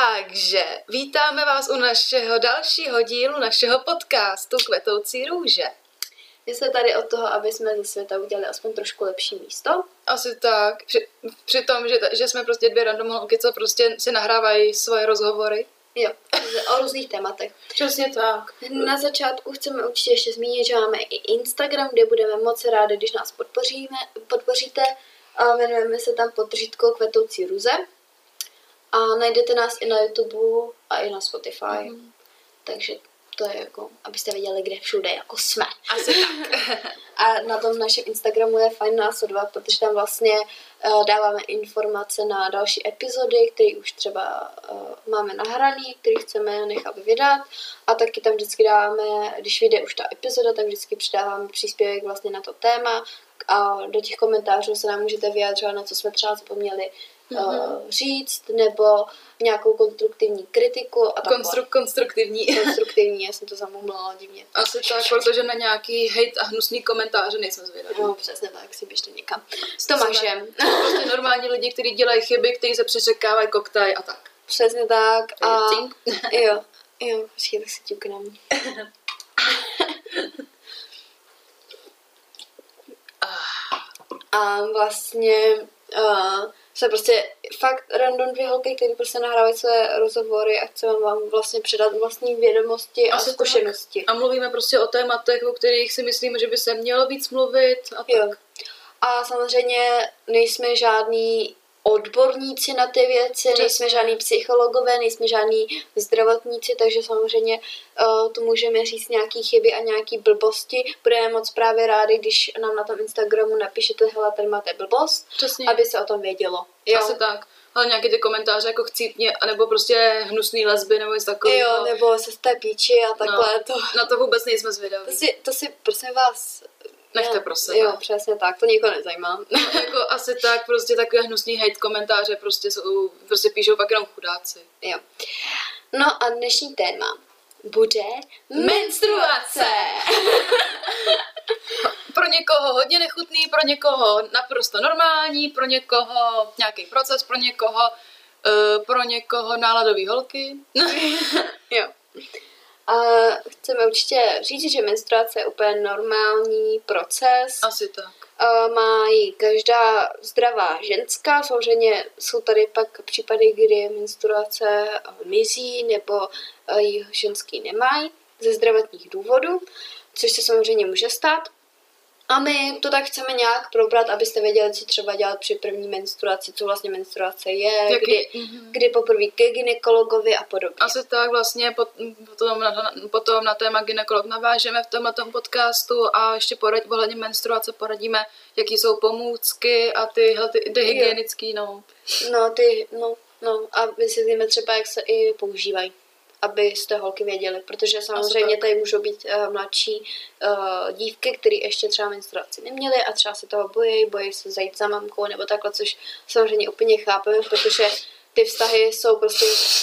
Takže vítáme vás u našeho dalšího dílu našeho podcastu Kvetoucí růže. My jsme tady od toho, aby jsme ze světa udělali aspoň trošku lepší místo. Asi tak. Při tom, že jsme prostě dvě random holky, co prostě si nahrávají svoje rozhovory. Jo, o různých tématech. Přesně tak. Na začátku chceme určitě ještě zmínit, že máme i Instagram, kde budeme moc rádi, když nás podpoříte. A jmenujeme se tam podtržítko Kvetoucí růže. A najdete nás i na YouTube a i na Spotify. Takže to je jako, abyste věděli, kde všude jako jsme. Asi tak. A na tom našem Instagramu je fajn nás sledovat, protože tam vlastně dáváme informace na další epizody, které už třeba máme nahraný, které chceme nechat vydat. A taky tam vždycky dáváme, když vyjde už ta epizoda, tak vždycky přidáváme příspěvek vlastně na to téma. A do těch komentářů se nám můžete vyjádřovat, na co jsme třeba zapomněli říct, nebo nějakou konstruktivní kritiku a takhle. Konstruktivní, já jsem to zamumlala divně. Asi tak, protože na nějaký hejt a hnusný komentáře nejsme zvědaví. No, přesně tak, si běžte někam. S Tomášem. Prostě normální lidi, kteří dělají chyby, kteří se přeřekávají koktaj a tak. Přesně tak. A jo, počkej, tak si ťuknem. A vlastně jsme prostě fakt random dvě holky, které prostě nahrávají své rozhovory a chceme vám vlastně předat vlastní vědomosti a zkušenosti. A mluvíme prostě o tématech, o kterých si myslíme, že by se mělo víc mluvit a tak. Jo. A samozřejmě nejsme žádní odborníci na ty věci, nejsme žádní psychologové, nejsme žádní zdravotníci, takže samozřejmě tu můžeme říct nějaký chyby a nějaký blbosti. Budeme moc právě rádi, když nám na tom Instagramu napíšete, hele, tady máte blbost, přesně. Aby se o tom vědělo. Jo. Asi tak. Ale nějaké ty komentáře jako chcípně, anebo prostě hnusný lesby, nebo něco takového. Jo, nebo se z té píči a takhle. No, na to vůbec nejsme zvědaví. To si prosím vás... Nechte pro sebe. Jo, přesně tak, to nikoho nezajímá. No, jako asi tak, prostě takové hnusný hate komentáře prostě píšou pak jenom chudáci. Jo. No a dnešní téma bude menstruace. Pro někoho hodně nechutný, pro někoho naprosto normální, pro někoho nějaký proces, pro někoho náladový holky. Jo. A chceme určitě říct, že menstruace je úplně normální proces. Asi tak. Má ji každá zdravá ženská. Samozřejmě jsou tady pak případy, kdy menstruace mizí nebo ji ženský nemají ze zdravotních důvodů, což se samozřejmě může stát. A my to tak chceme nějak probrat, abyste věděli, co třeba dělat při první menstruaci, co vlastně menstruace je, kdy poprvé ke gynekologovi a podobně. Asi tak, vlastně potom na téma gynekolog navážeme v tomhletom podcastu a ještě ohledně menstruace poradíme, jaký jsou pomůcky a ty hygienický, a vysvětlíme třeba, jak se i používají, abyste holky věděli, protože samozřejmě tady můžou být mladší dívky, které ještě třeba menstruaci neměly a třeba se toho bojí se zajít za mamkou nebo takhle, což samozřejmě úplně chápeme, protože ty vztahy jsou prostě...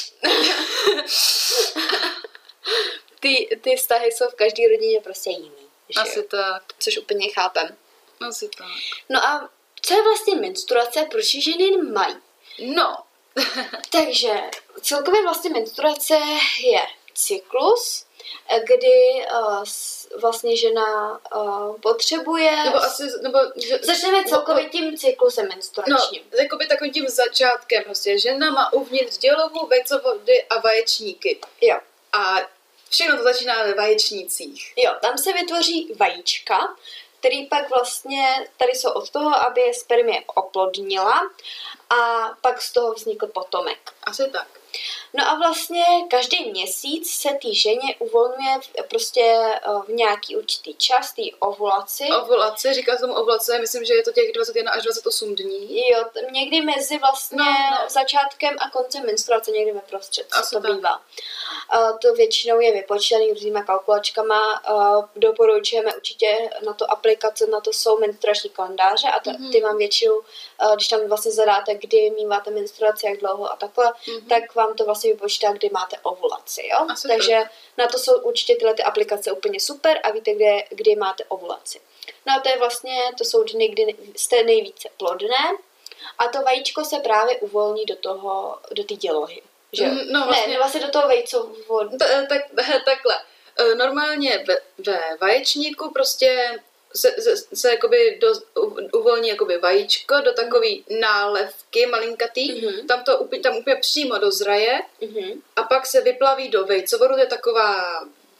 ty vztahy jsou v každé rodině prostě jiný. Asi tak. Což úplně chápem. Asi tak. No a co je vlastně menstruace, proč ženy mají? No, takže celkově vlastně menstruace je cyklus, kdy vlastně žena potřebuje... Začneme celkově tím cyklusem menstruačním. No, jakoby takovým tím začátkem prostě. Žena má uvnitř dělohu, vejcovody a vaječníky. Jo. A všechno to začíná ve vaječnících. Jo, tam se vytvoří vajíčka, který pak vlastně tady jsou od toho, aby je spermie oplodnila a pak z toho vznikl potomek. Asi tak. No a vlastně každý měsíc se té ženě uvolňuje prostě v nějaký určitý čas, té ovulaci. Ovulace, říká se tomu ovulace, myslím, že je to těch 21 až 28 dní. Jo, někdy mezi vlastně začátkem a koncem menstruace, někdy ve prostřed, to bývá. To většinou je vypočítaný různýma kalkulačkama. Doporučujeme určitě na to aplikace, na to jsou menstruační kalendáře a ty vám většinou, když tam vlastně zadáte, kdy míváte menstruaci, jak dlouho a takhle, tak vám to vlastně vypočítá, kdy máte ovulaci, jo? Takže na to jsou určitě tyhle ty aplikace úplně super a víte, kdy máte ovulaci. No a to je vlastně, to jsou dny, kdy jste nejvíce plodné a to vajíčko se právě uvolní do té dělohy. že jo? No, vlastně... Ne, vlastně do toho vejcovodu. Takhle. Normálně ve vaječníku prostě se jakoby uvolní jakoby vajíčko do takový nálevky malinkatý, tam úplně přímo dozraje a pak se vyplaví do vejcovodu, to je taková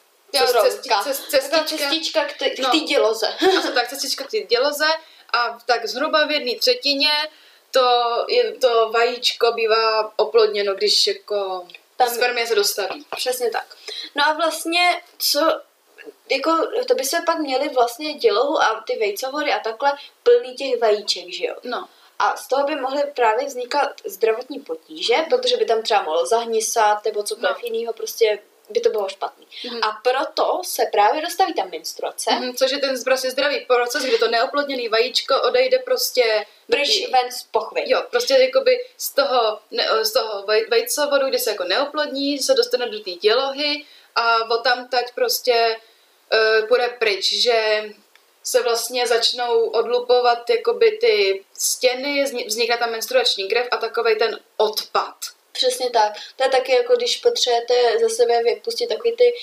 cestička k té děloze. Asi tak, cestička k té děloze a tak zhruba v 1/3 to vajíčko bývá oplodněno, když jako spermie se dostaví. Přesně tak. No a vlastně, to by se pak měly vlastně dělohu a ty vejcovody a takhle plný těch vajíček, že jo? No. A z toho by mohly právě vznikat zdravotní potíže, protože by tam třeba mohlo zahnisat nebo cokoliv jiného, prostě by to bylo špatný. A proto se právě dostaví ta menstruace. Což je ten prostě zdravý proces, kdy to neoplodněný vajíčko odejde prostě pryč ven z pochvy. Jo, prostě jakoby z toho vejcovodu, kde se jako neoplodní, se dostane do té dělohy a odtamtať prostě půjde pryč, že se vlastně začnou odlupovat jakoby ty stěny, vznikne tam menstruační krev a takovej ten odpad. Přesně tak. To je taky jako když potřebujete ze sebe vypustit takový ty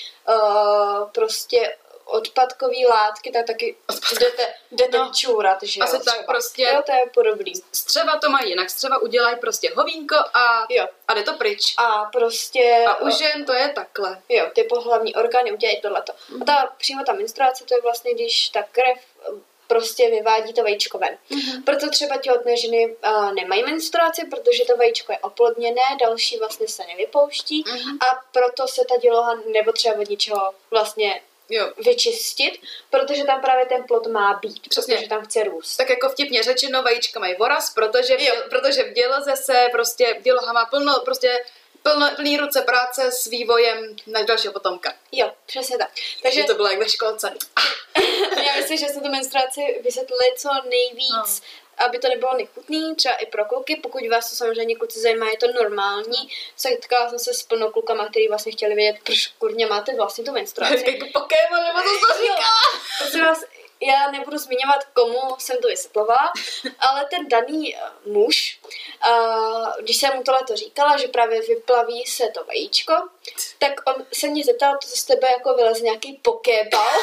prostě odpadkový látky, tak taky jdete čůrat, že jo? Asi tak prostě. Jo, to je podobný. Střeva to mají jinak. Střeva udělají prostě hovínko a jde to pryč. A prostě... A u žen to je takhle. Jo, ty pohlavní orgány udělají tohleto. A přímo ta menstruace, to je vlastně, když ta krev prostě vyvádí to vajíčko ven. Proto třeba těhotné ženy nemají menstruaci, protože to vajíčko je oplodněné, další vlastně se nevypouští a proto se ta děloha nebo třeba od ničeho vlastně vyčistit, protože tam právě ten plod má být, protože tam chce růst. Tak jako vtipně řečeno, vajíčka mají voraz, protože v děloze se prostě děloha má plný ruce práce s vývojem na dalšího potomka. Jo, přesně tak. Takže to bylo jak ve školce. Já myslím, že jsme tu menstruaci vysvětlili co nejvíc, aby to nebylo nechutný, třeba i pro kluky, pokud vás to samozřejmě kluci zajímá, je to normální. Setkala jsem se s plnou klukama, který vlastně chtěli vědět, proč kurně máte vlastně tu menstruaci. Jako Pokémon, nebo to říkala. Prosím vás, já nebudu zmiňovat, komu jsem to vysvětlovala, ale ten daný muž, když jsem mu tohle to říkala, že právě vyplaví se to vajíčko, tak on se mě zeptal, to z tebe jako vylez nějaký pokébal.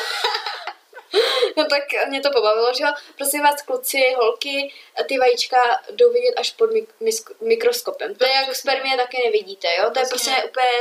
No tak mě to pobavilo, že jo. Prosím vás, kluci, holky, ty vajíčka jdou vidět až pod mikroskopem. To je jak spermie taky nevidíte, jo. To je prostě úplně...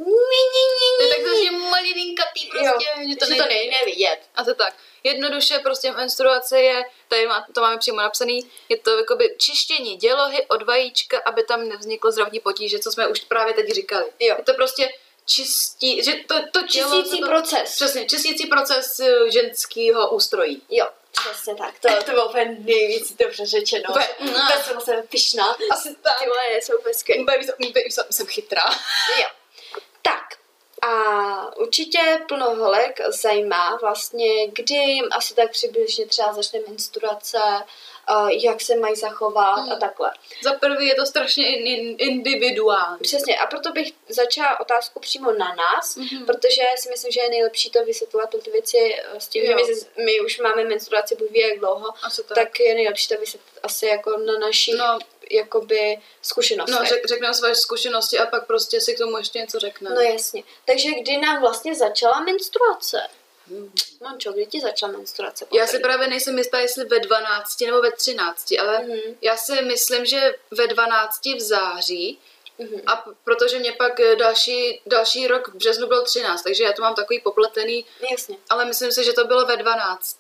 To je takhle malilinkatý prostě, že to nejde vidět. A to tak. Jednoduše prostě menstruace je, to máme přímo napsaný, je to jakoby čištění dělohy od vajíčka, aby tam nevzniklo zdravotní potíže, co jsme už právě teď říkali. Jo. Je to prostě že to tělo... Čistící proces. Přesně, čistící proces ženského ústrojí. Jo, přesně tak. To bylo úplně nejvíc dobře řečeno. To jsem na sebe pyšná. Asi tak. Ty vole, jsou peský. Jsem chytrá. Jo. Tak. A určitě plno holek zajímá vlastně, kdy jim asi tak přibližně třeba začne menstruace, jak se mají zachovat a takhle. Za prvý je to strašně individuální. Přesně, a proto bych začala otázku přímo na nás, protože si myslím, že je nejlepší to vysvětlovat ty věci s tím, že my už máme menstruaci, Bůh ví jak dlouho, tak je nejlepší to vysvětlit asi jako na našich jakoby zkušenostech. No, řekneme své zkušenosti a pak prostě si k tomu ještě něco řekneme. No jasně. Takže kdy nám vlastně začala menstruace? Mončo, kdy ti začala menstruace? Já si právě nejsem jistá, jestli ve 12 nebo ve 13, ale já si myslím, že ve 12 v září, a protože mě pak další rok v březnu byl 13, takže já to mám takový popletený, jasně. Ale myslím si, že to bylo ve 12.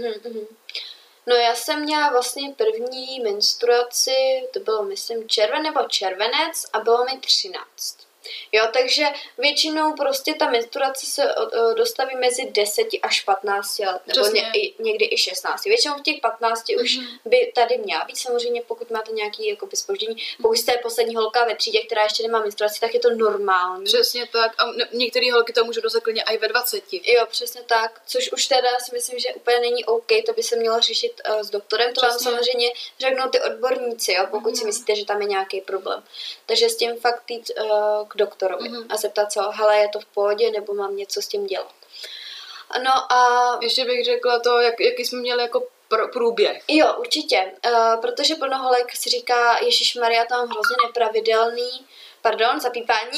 No já jsem měla vlastně první menstruaci, to bylo myslím červen nebo červenec a bylo mi 13. Jo, takže většinou prostě ta menstruace se dostaví mezi 10 až 15 let, nebo někdy i 16. Většinou v těch 15 už by tady měla být, samozřejmě pokud máte nějaký jakoby zpoždění. Pokud jste poslední holka ve třídě, která ještě nemá menstruaci, tak je to normální. Přesně tak. A některé holky to můžou dosáhnout klidně i ve 20. Jo, přesně tak. Což už teda si myslím, že úplně není OK, to by se mělo řešit s doktorem. To vám samozřejmě řeknou ty odborníci, jo, pokud si myslíte, že tam je nějaký problém. Takže s tím fakt jít k doktorovi a zeptat se, hele, je to v pohodě, nebo mám něco s tím dělat. No a... Ještě bych řekla to, jaký jsme měli jako průběh. Jo, určitě, protože plno holek si říká, ježišmarja, to mám hrozně nepravidelný, Pardon, zapípání.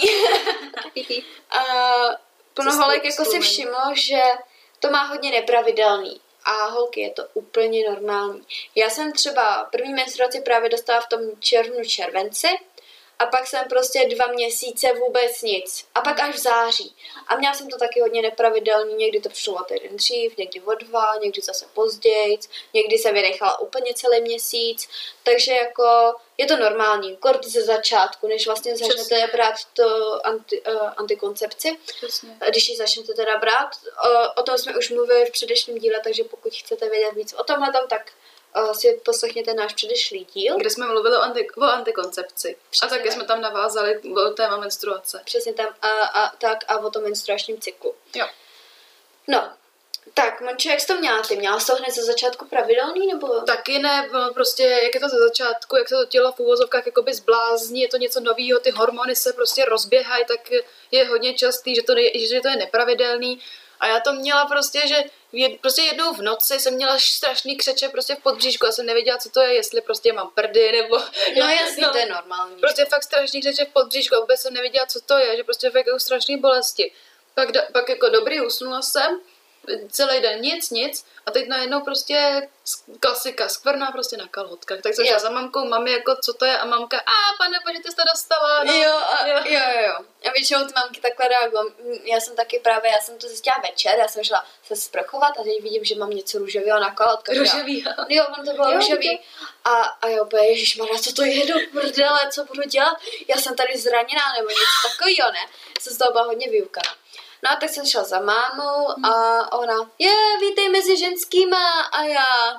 Plno holek jako si všimlo, že to má hodně nepravidelný. A holky, je to úplně normální. Já jsem třeba první menstruaci právě dostala v tom červenci a pak jsem prostě 2 měsíce vůbec nic. A pak až v září. A měla jsem to taky hodně nepravidelný, někdy to přišlo o týden dřív, někdy o 2, někdy zase později, někdy jsem vynechala úplně celý měsíc. Takže jako je to normální, kort ze začátku, než vlastně začnete brát to antikoncepci. Přesně. Když ji začnete teda brát, o tom jsme už mluvili v předešlém díle, takže pokud chcete vědět víc o tomhle, tak si poslechněte náš předešlý díl. Kde jsme mluvili o antikoncepci. Přesně a taky jsme tam navázali o téma menstruace. Přesně tam a o tom menstruačním cyklu. Jo. No, tak, Mončo, jak jsi to měla ty? Měla jsi to hned ze začátku pravidelný, nebo? Taky ne, prostě jak je to ze začátku, jak se to tělo v úvozovkách jakoby zblázní, je to něco novýho, ty hormony se prostě rozběhají, tak je hodně častý, že to je nepravidelný. A já to měla prostě, že prostě jednou v noci jsem měla strašný křeče prostě v podbříšku, já jsem nevěděla, co to je, jestli prostě mám prdy, nebo... No jasně, to je normální. Prostě fakt strašný křeče v podbříšku a vůbec jsem nevěděla, co to je, že prostě fakt jako strašný bolesti. Pak jako dobrý, usnula jsem, celý den nic a teď najednou prostě klasika, skvrná prostě na kalhotkách. Tak jsem šla za mamkou, mami jako co to je a mamka, pane bože, ty jsi to dostala. No. Jo. A většinou ty mamky takhle reagují. Já jsem to zjistila večer, já jsem šla se sprchovat a teď vidím, že mám něco růžového na kalhotkách. Růžový. Jo, on to bylo růžový. A já úplně, ježišmarja, co to je do prdele, co budu dělat? Já jsem tady zraněná nebo něco takového, ne? Jsem z toho byla hodně vyukaná. No a tak jsem šla za mámou a ona, vítej mezi ženskýma a já,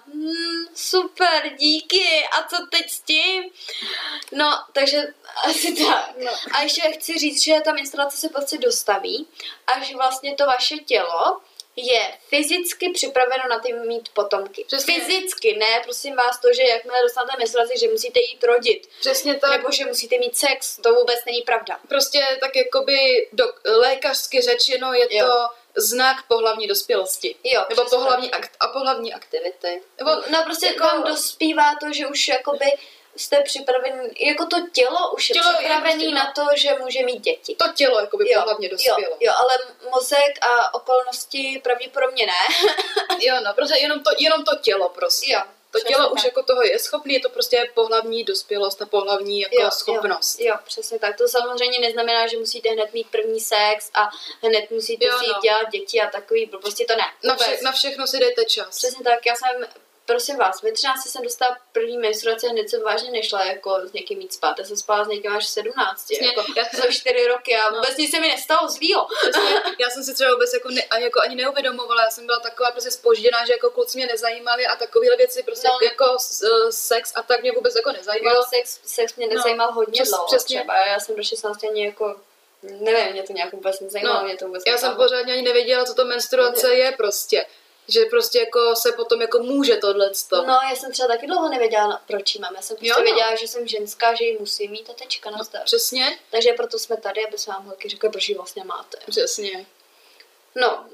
super, díky, a co teď s tím? No, takže asi tak. No. A ještě chci říct, že ta menstruace se prostě dostaví, až vlastně to vaše tělo je fyzicky připraveno na tím mít potomky. Přesně. Fyzicky, ne, prosím vás, to, že jakmile dostanete menstruaci, že musíte jít rodit. Přesně tak. Nebo že musíte mít sex, to vůbec není pravda. Prostě tak jakoby lékařsky řečeno je to znak pohlavní dospělosti. Jo, nebo pohlavní aktivity. Nebo, no prostě jako vám dospívá to, že už jakoby jste připravený, jako to tělo už je připravený na to, že může mít děti. To tělo jakoby pohlavně dospělo. Jo, ale mozek a okolnosti pravděpodobně ne. Jo, no, prostě jenom to tělo prostě. Jo. To tělo už jako toho je schopný, je to prostě pohlavní dospělost a pohlavní jako schopnost. Jo, přesně tak. To samozřejmě neznamená, že musíte hned mít první sex a hned musíte si dělat děti a takový, prostě to ne. Na všechno si dejte čas. Přesně tak, já jsem, prosím vás, ve 13 jsem dostala první menstruaci a hned jsem vážně nešla jako s někým jít spát. Já jsem spala s někým až 17, jako za 4 roky a vůbec nic se mi nestalo zlýho. Já jsem si třeba vůbec jako ani neuvědomovala, já jsem byla taková prostě zpožděná, že jako kluci mě nezajímali a takovéhle věci prostě jako sex a tak mě vůbec jako nezajímalo. Jo, sex mě nezajímal hodně dlouho. Přesně. Třeba já jsem do 16 ani jako nevím, mě to nějak vůbec nezajímalo, mě to vůbec já jsem pořádně ani nevěděla, co to menstruace je prostě. Že prostě jako se potom jako může tohleto. No, já jsem třeba taky dlouho nevěděla, proč jí mám. Já jsem prostě věděla, že jsem ženská, že ji musím mít a tečka nazdar. Přesně. Takže proto jsme tady, aby se vám holky řekli, proč ji vlastně máte. Přesně. No,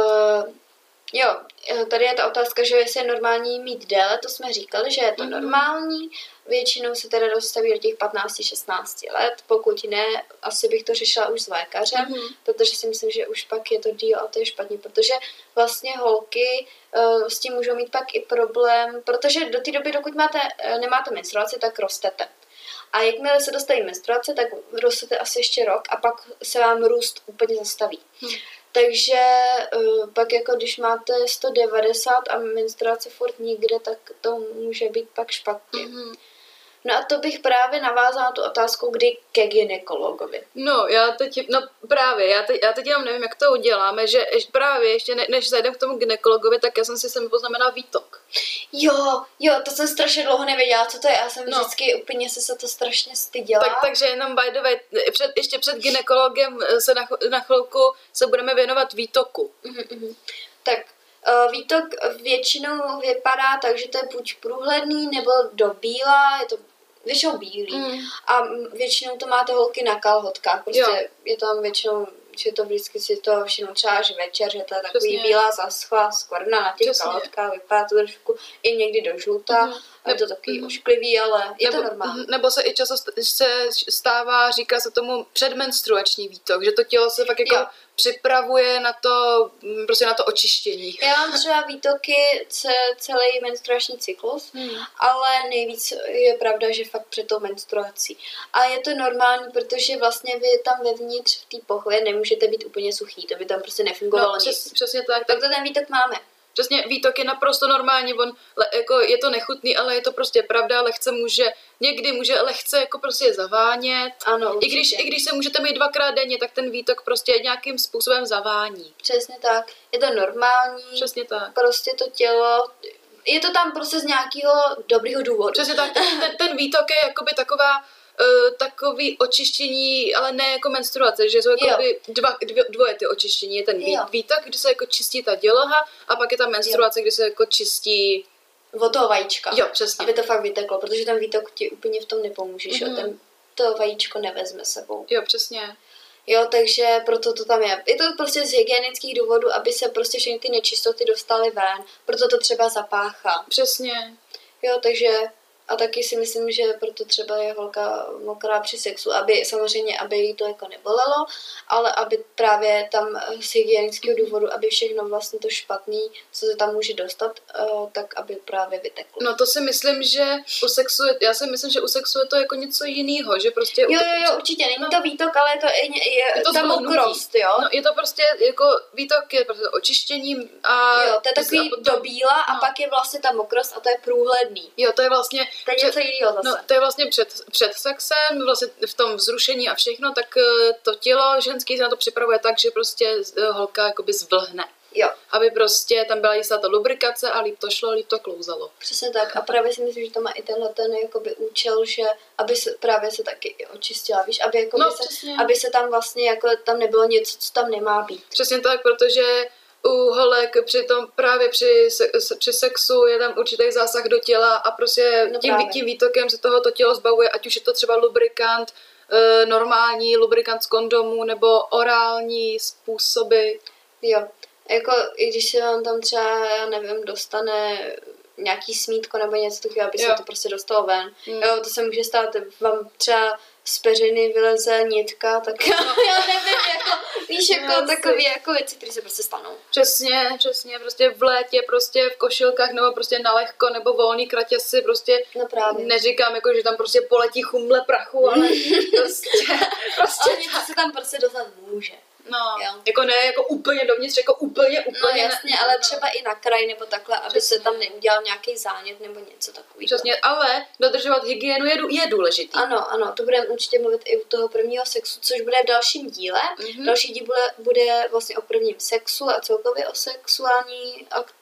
jo, tady je ta otázka, že jestli je normální mít déle, to jsme říkali, že je to normální. Většinou se teda dostaví do těch 15-16 let, pokud ne, asi bych to řešila už s lékařem, protože si myslím, že už pak je to díl a to je špatně, protože vlastně holky s tím můžou mít pak i problém, protože do té doby, dokud nemáte menstruaci, tak rostete. A jakmile se dostaví menstruace, tak rostete asi ještě rok a pak se vám růst úplně zastaví. Takže pak jako když máte 190 a menstruace furt nikde, tak to může být pak špatně. No a to bych právě navázala na tu otázku, kdy ke gynekologovi. No, já teď jenom nevím, jak to uděláme, že právě ještě než zajdem k tomu gynekologovi, tak já jsem si sem poznamenala výtok. Jo, to jsem strašně dlouho nevěděla, co to je. Já jsem vždycky úplně se to strašně styděla. Takže jenom by the way, ještě před gynekologem se na chvilku se budeme věnovat výtoku. Tak výtok většinou vypadá tak, že to je buď průhledný nebo do bíla, je to většinou bílý. A většinou to máte holky na kalhotkách, prostě je tam většinou že to vždycky si to všimnu třeba až večer, že to je takový bílá zaschlá skvrna na těch kalhotkách, vypadá to trošku i někdy do žluta, je to takový ošklivý, ale je to normální. Nebo se i často se stává, říká se tomu předmenstruační výtok, že to tělo se fakt jako připravuje na to, prostě na to očištění. Já mám třeba výtoky celý menstruační cyklus, ale nejvíc je pravda, že fakt před tou menstruací. A je to normální, protože vlastně vy tam vevnitř v té pochvě nemůžete být úplně suchý, to by tam prostě nefungovalo nic. Přesně tak. Tak to ten výtok máme. Přesně, výtok je naprosto normální, jako je to nechutný, ale je to prostě pravda, někdy může lehce jako prostě zavánět. Ano, I když se můžete mít 2krát denně, tak ten výtok prostě nějakým způsobem zavání. Přesně tak, je to normální. Přesně tak. Prostě to tělo, je to tam prostě z nějakého dobrýho důvodu. Přesně tak, ten výtok je jakoby takový očištění, ale ne jako menstruace, že jsou jakoby dvoje ty očištění. Je ten výtok, kdy se jako čistí ta děloha a pak je ta menstruace, kdy se jako čistí od toho vajíčka. Jo, přesně. Aby to fakt vyteklo, protože ten výtok ti úplně v tom nepomůže, že to vajíčko nevezme sebou. Jo, přesně. Jo, takže proto to tam je. Je to prostě z hygienických důvodů, aby se prostě všechny ty nečistoty dostaly ven, proto to třeba zapáchá. Přesně. Jo, takže a taky si myslím, že proto třeba je holka mokrá při sexu, aby jí to jako nebolelo, ale aby právě tam z hygienického důvodu, aby všechno vlastně to špatný, co se tam může dostat, tak aby právě vyteklo. No to si myslím, že u sexu je to jako něco jiného, že prostě... Jo, určitě, není to výtok, ale je to mokrost, jo? No je to prostě jako výtok je prostě očištěním a... Jo, to je takový do bíla a pak je vlastně ta mokrost a to je průhledný. Jo, to je vlastně... To je něco jiného zase. No, to je vlastně před sexem, vlastně v tom vzrušení a všechno, tak to tělo ženský se na to připravuje tak, že prostě holka jakoby zvlhne. Jo. Aby prostě tam byla jistá ta lubrikace a líp to šlo, líp to klouzalo. Přesně tak. A právě si myslím, že to má i tenhle ten jakoby účel, že aby se právě se taky očistila, víš, aby se tam vlastně jako tam nebylo něco, co tam nemá být. Přesně tak, protože u holek při sexu je tam určitý zásah do těla a prostě tím výtokem se tohoto tělo zbavuje, ať už je to třeba lubrikant, normální lubrikant z kondomu nebo orální způsoby. Jo, jako i když se vám tam třeba, já nevím, dostane nějaký smítko nebo něco takového, aby se to prostě dostalo ven. Jo, to se může stát, vám třeba z peřiny vyleze nitka, tak já nevím, jako, víš, jako takový jako věci, které se prostě stanou. Přesně, prostě v létě, prostě v košilkách, nebo prostě na lehko, nebo volný kraťasy, prostě neříkám, jako, že tam prostě poletí chumle prachu, ale prostě ale něco se tam prostě dostat může. No, jako ne, jako úplně dovnitř, jako úplně. No jasně, ne, ale třeba i na kraj nebo takhle, aby se tam neudělal nějaký zánět nebo něco takového. Přesně, ale dodržovat hygienu je důležitý. Ano, to budeme určitě mluvit i u toho prvního sexu, což bude v dalším díle. Další díl bude vlastně o prvním sexu a celkově o sexuální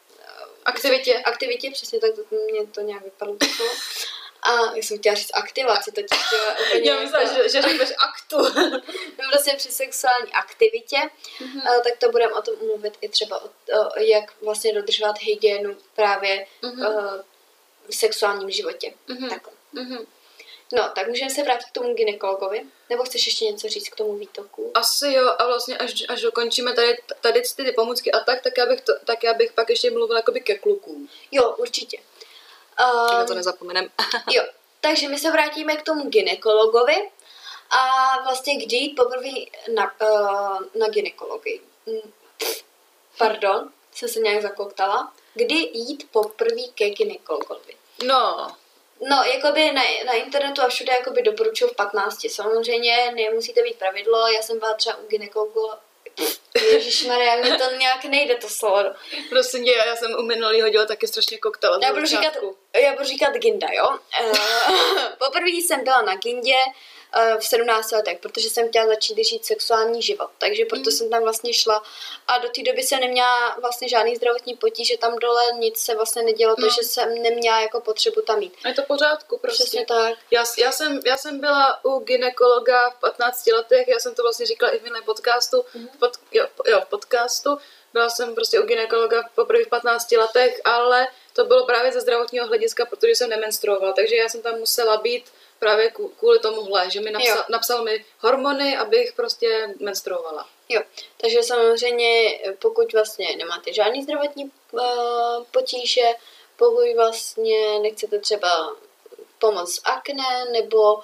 aktivitě, přesně tak, mě to nějak vypadlo takové. A já jsem chtěla říct aktivaci, to úplně... Já myslela, že řekneš aktu. No prostě při sexuální aktivitě, tak to budeme o tom mluvit i třeba jak vlastně dodržovat hygienu právě v sexuálním životě. Takhle. No, tak můžeme se vrátit k tomu gynekologovi? Nebo chceš ještě něco říct k tomu výtoku? Asi jo, a vlastně až dokončíme tady ty pomůcky a tak já bych pak ještě mluvila jakoby ke klukům. Jo, určitě. Na to nezapomenem. Jo, takže my se vrátíme k tomu gynekologovi a vlastně kdy jít poprvé na gynekologii. Pardon, jsem se nějak zakoktala. Kdy jít poprvé ke gynekologovi? No, jakoby na internetu a všude jakoby doporučuji v 15. Samozřejmě nemusíte být pravidlo, já jsem byla třeba u gynekologu. Ježišmarja, mi to nějak nejde to slovo. Prosím tě, já jsem u minulýho dělat taky strašně koktela. Já budu říkat Ginda, jo. Poprvé jsem byla na Gindě v 17 letech, protože jsem chtěla začít žít sexuální život, takže proto jsem tam vlastně šla a do té doby jsem neměla vlastně žádný zdravotní potíže, tam dole nic se vlastně nedělo, takže jsem neměla jako potřebu tam jít. A je to v pořádku prostě. Přesně tak. Já jsem byla u gynekologa v 15 letech, já jsem to vlastně říkala i v jiném podcastu, v podcastu, byla jsem prostě u gynekologa poprvé v 15 letech, ale to bylo právě ze zdravotního hlediska, protože jsem nemenstruovala, takže já jsem tam musela být právě kvůli tomuhle, že mi napsal mi hormony, abych prostě menstruovala. Jo, takže samozřejmě pokud vlastně nemáte žádný zdravotní potíže, pokud vlastně nechcete třeba pomoct s akné, nebo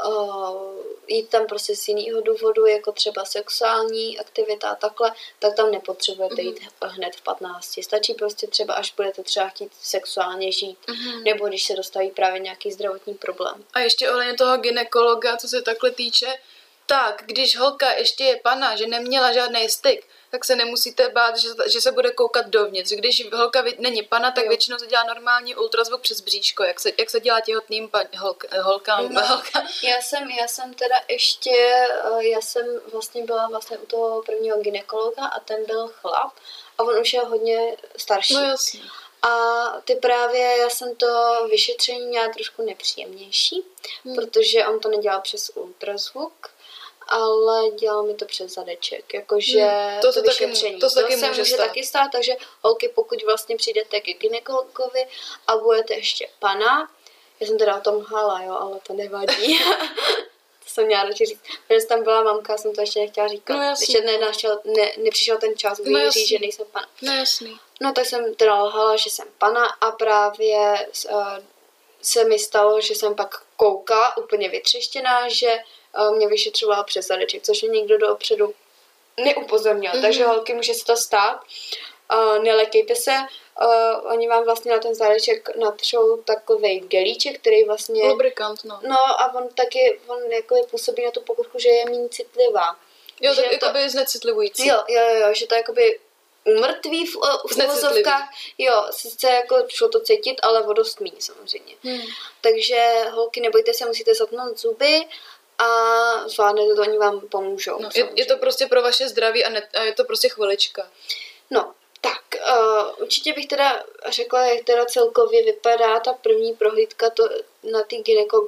jít tam prostě z jiného důvodu, jako třeba sexuální aktivita a takhle, tak tam nepotřebujete jít hned v 15. Stačí prostě třeba, až budete třeba chtít sexuálně žít, nebo když se dostaví právě nějaký zdravotní problém. A ještě ohledně toho gynekologa, co se takhle týče, tak když holka ještě je pana, že neměla žádný styk, tak se nemusíte bát, že se bude koukat dovnitř. Když holka není pana, tak většinou se dělá normální ultrazvuk přes bříško, jak se dělá těhotným holkám. Já jsem teda ještě, já jsem vlastně byla vlastně u toho prvního gynekologa a ten byl chlap a on už je hodně starší. No jasně. A ty právě, já jsem to vyšetření měla trošku nepříjemnější, protože on to nedělal přes ultrazvuk, ale dělal mi to přes zadeček, jakože to vyšetření. To se může taky stát, takže holky, pokud vlastně přijdete ke gynekologovi a budete ještě pana, já jsem teda o tom lhala, jo, ale to nevadí. To jsem měla radši říct, protože tam byla mamka, jsem to ještě nechtěla říkat. No, ještě nepřišel ten čas, kdy říct, že nejsem pana. No jasný. No tak jsem teda lhala, že jsem pana a právě se mi stalo, že jsem pak koukala úplně vytřeštěná, že mě vyšetřovala přes zadeček, což mě nikdo dopředu neupozornil. Takže holky, může se to stát. Nelekejte se. Oni vám vlastně na ten zadeček natřou takovej gelíček, který vlastně... Lubrikant, no. No a on jako působí na tu pokožku, že je méně citlivá. Jo, tak jakoby znecitlivující. Jo, že to jakoby umrtví v uvozovkách. Jo, sice jako šlo to cítit, ale o dost míň samozřejmě. Takže holky, nebojte se, musíte zatnout zuby a zvládnete to, oni vám pomůžou. No, je to prostě pro vaše zdraví a je to prostě chvilička. No, tak, určitě bych teda řekla, jak teda celkově vypadá ta první prohlídka na té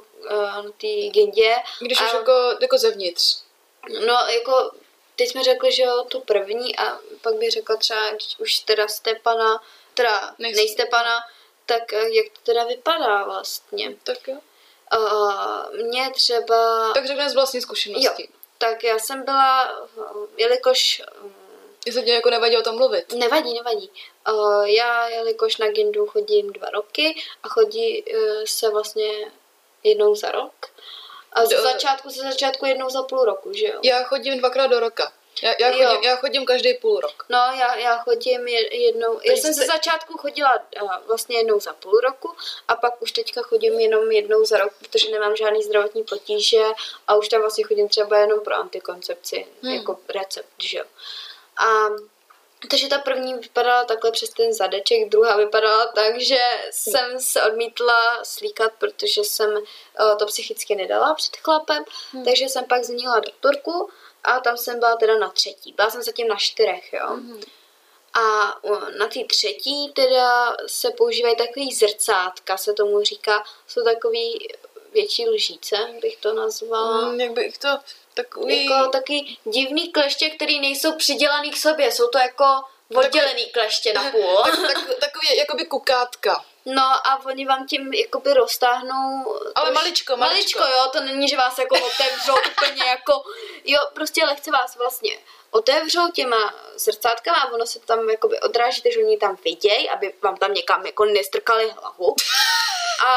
gyndě. Když už jako zevnitř. No, jako teď jsme řekli, že jo, tu první a pak bych řekla třeba, když už teda jste pana, teda nejste pana, tak jak to teda vypadá vlastně. Tak jo. Mě třeba... Tak řekne z vlastní zkušenosti. Jo, tak já jsem byla, jelikož... Jestli tě jako nevadí o tom mluvit. Nevadí. Já, jelikož na gyndu chodím 2 roky a chodí se vlastně jednou za rok. A ze začátku jednou za půl roku, že jo? Já chodím 2krát do roka. Já chodím každý půl rok. No, já chodím jednou... Já jsem ze začátku chodila vlastně jednou za půl roku a pak už teďka chodím jenom jednou za rok, protože nemám žádný zdravotní potíže a už tam vlastně chodím třeba jenom pro antikoncepci, jako recept, že jo. Takže ta první vypadala takhle přes ten zadeček, druhá vypadala tak, že jsem se odmítla slíkat, protože jsem to psychicky nedala před chlapem, takže jsem pak změnila doktorku a tam jsem byla teda na 3. Byla jsem zatím na 4, jo. A na té 3. teda se používají takový zrcátka, se tomu říká, jsou takový větší lžíce, bych to nazvala. Jak bych to... Jako taky divný kleště, který nejsou přidělaný k sobě. Jsou to jako oddělený kleště na půl. Takový jakoby kukátka. No a oni vám tím jakoby roztáhnou... Ale maličko, jo, to není, že vás jako otevřou úplně jako... Jo, prostě lehce vás vlastně otevřou těma zrcátkama a ono se tam jakoby odráží, takže oni tam vidějí, aby vám tam někam jako nestrkali hlavu. A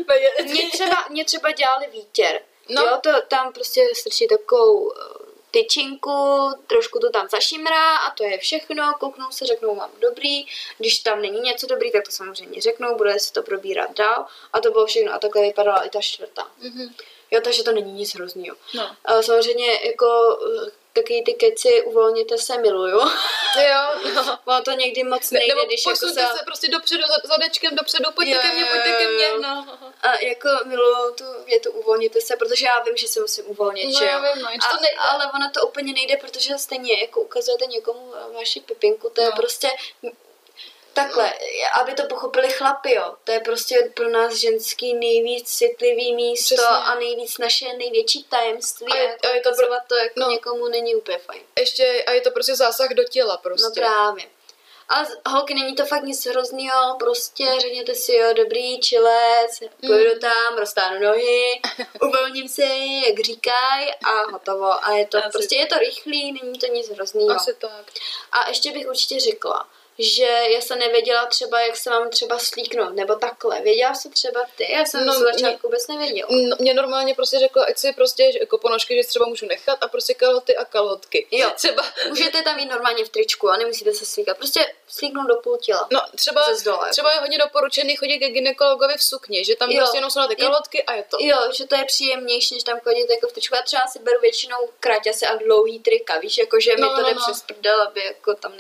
mě třeba dělali výtěr. No. Jo, to tam prostě strčí takovou tyčinku, trošku to tam zašimrá a to je všechno, kouknou se, řeknou vám dobrý, když tam není něco dobrý, tak to samozřejmě řeknou, bude se to probírat dál a to bylo všechno a takhle vypadala i ta 4. Jo, takže to není nic hroznýho. No. Samozřejmě jako taky ty keci, uvolněte se, miluju. Jo, no. Ono to někdy moc nejde, nebo když jako se prostě dopředu, zadečkem dopředu, pojďte ke mně, no. A jako miluju tu větu uvolněte se, protože já vím, že se musím uvolnit, že jo. Já vím, no, to nejde. Ale ono to úplně nejde, protože stejně jako ukazujete někomu vaši pipinku, to je prostě... Takhle, aby to pochopili chlapi, jo. To je prostě pro nás ženský nejvíc citlivý místo. Přesně. A nejvíc naše největší tajemství. A je to jako někomu není úplně fajn. Ještě, a je to prostě zásah do těla prostě. No právě. A holky, není to fakt nic hroznýho, prostě řekněte si, jo, dobrý, čilec, půjdu tam, roztáhnu nohy, uvolním se, jak říkají a hotovo. A je to prostě, je to rychlý, není to nic hroznýho. Asi tak. A ještě bych určitě řekla, že já jsem nevěděla třeba, jak se mám třeba slíknout, nebo takhle. Věděla jsi třeba ty? Já jsem z začátku vůbec nevěděla. Mě normálně prostě řekla, ať si prostě jako ponožky, že třeba můžu nechat a prostě kalhoty a kalhotky. Jo, třeba. Můžete tam jít normálně v tričku a nemusíte se slíkat. Prostě slíknout do půl těla. No třeba je hodně doporučený chodit ke gynekologovi v sukni, že tam prostě jenom jsou na ty kalhotky a je to. Jo, že to je příjemnější, než tam chodit jako v tričku. Já třeba si beru většinou kráťasy a dlouhý trika, víš, jako že mi to jde přes prdel, aby jako tam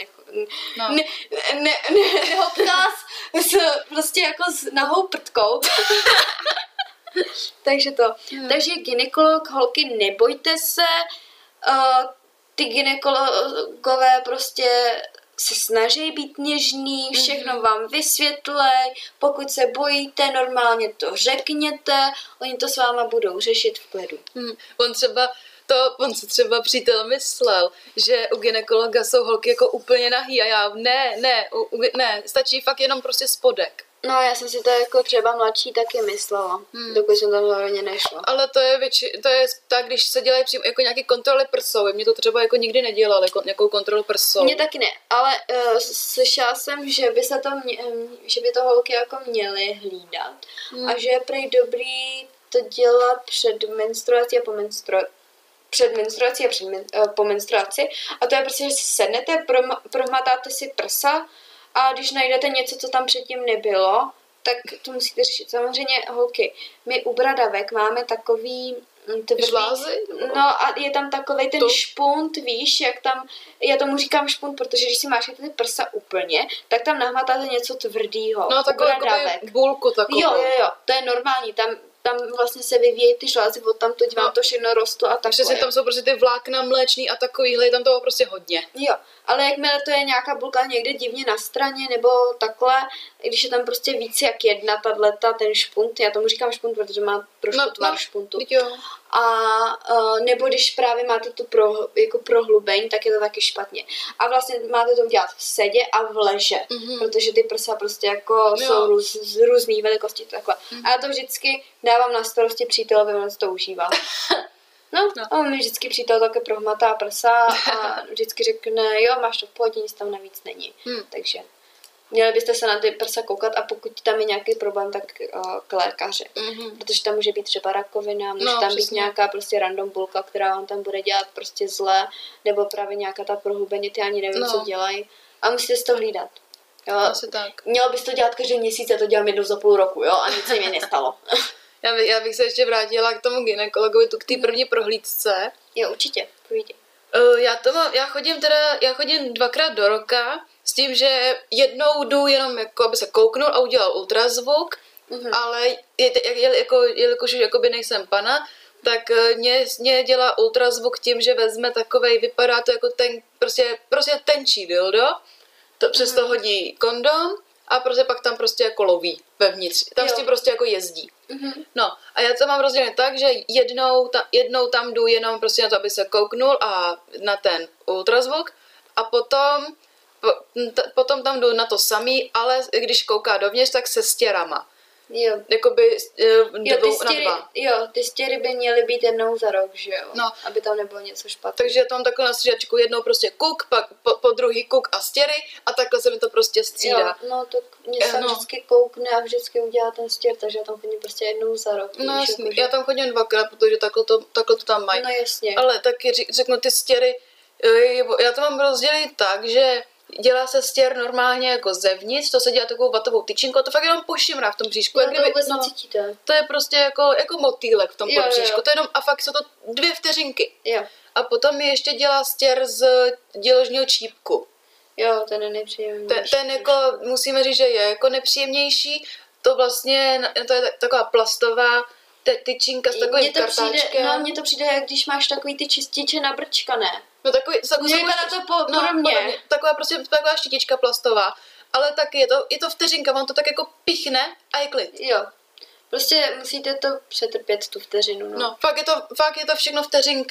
nehoptala prostě jako s nahou prdkou. Takže to. Takže gynekolog, holky, nebojte se. Ty gynekologové prostě se snaží být něžný, všechno vám vysvětlej, pokud se bojíte, normálně to řekněte, oni to s váma budou řešit v klidu. On se třeba přítel myslel, že u gynekologa jsou holky jako úplně nahý a já ne, stačí fakt jenom prostě spodek. No, já jsem si to jako třeba mladší taky myslela, dokud jsem tam hlavně nešla. Ale to je tak, když se dělají přímo jako nějaké kontroly prsou. Mě to třeba jako nikdy nedělali, jako nějakou kontrolu prsou. Mně taky ne, ale slyšela jsem, že by se to že by to holky jako měly hlídat a že je prej dobrý to dělat před menstruací a po menstruaci. Před menstruací a po menstruaci. A to je prostě, že si sednete, prohmatáte si prsa a když najdete něco, co tam předtím nebylo, tak to musíte řešit. Samozřejmě, holky, my u bradavek máme takový žlázy? No a je tam takovej ten špunt, víš, jak tam, já tomu říkám špunt, protože když si máš ty prsa úplně, tak tam nahmatáte něco tvrdýho. No takovou bulku takovou. Jo, to je normální, tam vlastně se vyvíjejí ty žlázy, od tam to vám to všechno rostlo a takové. Přesně, tam jsou prostě ty vlákna mléčný a takovýhle, je tam toho prostě hodně. Jo, ale jakmile to je nějaká bulka někde divně na straně nebo takhle, když je tam prostě víc jak jedna ten špunt, já tomu říkám špunt, protože má trošku tvar špuntu. Jo. A nebo když právě máte tu jako prohlubeň, tak je to taky špatně. A vlastně máte to udělat v sedě a v leže, protože ty prsa prostě jako jsou z různých velikostí takhle. A já to vždycky dávám na starosti přítelovi, on to užívá. No, a on mi vždycky přítel také prohmatá prsa a vždycky řekne, jo, máš to v pohodě, nic tam navíc není. Takže měli byste se na ty prsa koukat a pokud tam je nějaký problém, tak k lékaři. Protože tam může být třeba rakovina, může tam být nějaká prostě random bulka, která vám tam bude dělat prostě zle, nebo právě nějaká ta prohlubeně, ty ani nevím, co dělají. A musíte si to hlídat. Jo? Asi tak. Mělo bys to dělat každý měsíc, já to dělám jednou za půl roku, jo, a nic se mi nestalo. Já bych se ještě vrátila k tomu gynekologovi, k té první prohlídce. Jo, určitě, půjde. Já chodím 2krát do roka, s tím, že jednou jdu jenom jako, aby se kouknul a udělal ultrazvuk, ale jelikož už jakoby nejsem pana, tak mě dělá ultrazvuk tím, že vezme takovej, vypadá to jako ten, prostě tenčí dildo, to přes to hodí kondom a prostě pak tam prostě jako loví vevnitř, tam s tím prostě jako jezdí. No a já to mám rozdělené tak, že jednou tam jdu jenom prostě na to, aby se kouknul a na ten ultrazvuk a potom tam jdu na to samý, ale když kouká dovnitř, tak se stěrama. Jo. Jakoby dvou na dva. Jo, ty stěry by měly být jednou za rok, že jo? No. Aby tam nebylo něco špatného. Takže tam takhle na střídačku jednou prostě kuk, pak po druhý kuk a stěry a takhle se mi to prostě střídá. Jo, no tak mě se vždycky koukne a vždycky udělá ten stěr, takže já tam chodím prostě jednou za rok. No jasně, jako, já tam chodím 2krát, protože takhle to tam mají. No jasně. Ale taky řeknu ty stěry, já to mám rozdělit tak, že dělá se stěr normálně jako zevnitř, to se dělá takovou vatovou tyčinku a to fakt jenom pošimrá v tom bříšku. No, to vůbec necítíte. To je prostě jako motýlek v tom podbříšku, to je jenom, a fakt jsou to 2 vteřinky. Jo. A potom mi ještě dělá stěr z děložního čípku. Jo, ten je nepříjemnější. Ten jako, musíme říct, že je jako nepříjemnější, to vlastně, to je taková plastová tyčinka s takovým kartáčkem. Mně to přijde, jak když máš takový ty čističe na brčka, ne? No taková štitička plastová, ale taky je to vteřinka, on to tak jako pichne a je klid. Jo, prostě musíte to přetrpět tu vteřinu, no. No, fakt je to všechno vteřinka.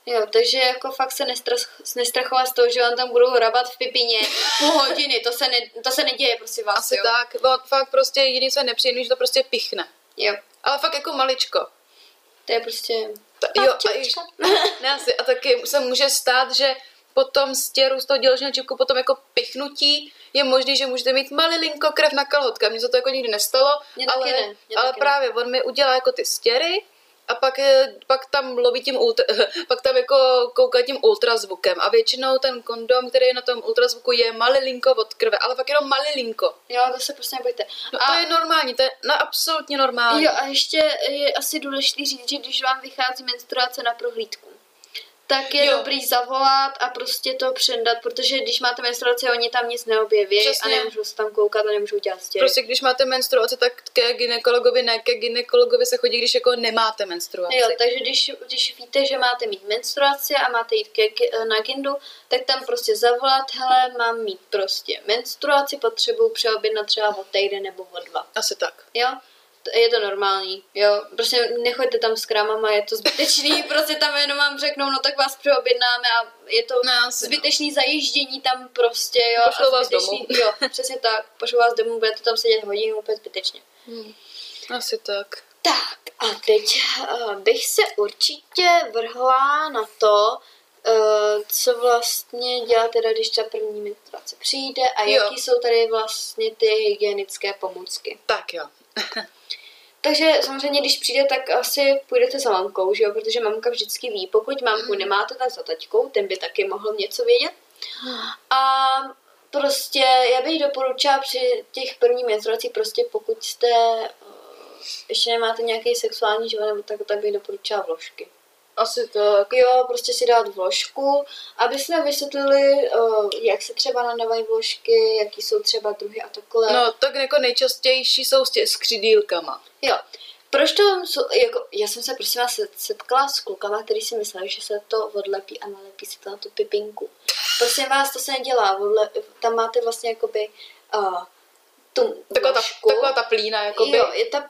Jo, takže jako fakt se nestrachovat z toho, že vám tam budou hrabat v pipině půl hodiny, to se neděje, prosím vás. Asi jo. tak, fakt prostě jediný, co je nepříjemný, že to prostě pichne. Jo. Ale fakt jako maličko. To je prostě... Jo, ne asi, a taky se může stát, že potom z toho děložního čipku potom jako pichnutí je možný, že můžete mít malilinko krev na kalhotkách. Mně se to jako nikdy nestalo, ale právě on mi udělá jako ty stěry a pak tam loví pak tam jako kouká tím ultrazvukem a většinou ten kondom, který je na tom ultrazvuku, je malilinko od krve, ale fakt jenom malilinko. Jo, to se prostě nebojte. No to je normální, to je absolutně normální. Jo, a ještě je asi důležité říct, že když vám vychází menstruace na prohlídku, tak je dobrý zavolat a prostě to předat, protože když máte menstruaci, oni tam nic neobjeví a nemůžou se tam koukat a nemůžou dělat stěry. Prostě když máte menstruaci, tak ke gynekologovi se chodí, když jako nemáte menstruaci. Jo, takže když víte, že máte mít menstruaci a máte jít na gyndu, tak tam prostě zavolat, hele, mám mít prostě menstruaci, potřebuju přeobjednat třeba o týden nebo o 2. Asi tak. Jo? Je to normální, jo, prostě nechoďte tam s krámama, je to zbytečný, prostě tam jenom vám řeknou, no tak vás přeobjednáme a je to zbytečný zajíždění tam prostě, jo. Pošlou vás domů. Jo, přesně tak, pošlou vás domů, budete tam sedět hodinu úplně zbytečně. Asi tak. Tak a teď bych se určitě vrhla na to, co vlastně dělá teda, když ta první menstruace přijde a jaký jsou tady vlastně ty hygienické pomůcky. Tak jo. Takže samozřejmě, když přijde, tak asi půjdete za mamkou, že jo? Protože mamka vždycky ví. Pokud mamku nemáte, tak za taťkou, ten by taky mohl něco vědět. A prostě já bych doporučila při těch prvních menstruacích, prostě pokud jste ještě nemáte nějaký sexuální život, nebo tak bych doporučila vložky. Asi tak. Jo, prostě si dát vložku, aby jsme vysvětlili, jak se třeba nadávají vložky, jaký jsou třeba druhy a takhle. No, tak jako nejčastější jsou s křidílkama. Jo. Proč to, jako, já jsem se prosím vás setkala s klukama, který si mysleli, že se to odlepí a nalepí si to na tu pipinku. Prosím vás, to se nedělá, tam máte vlastně jakoby taková ta plína, jakoby. Jo, je ta,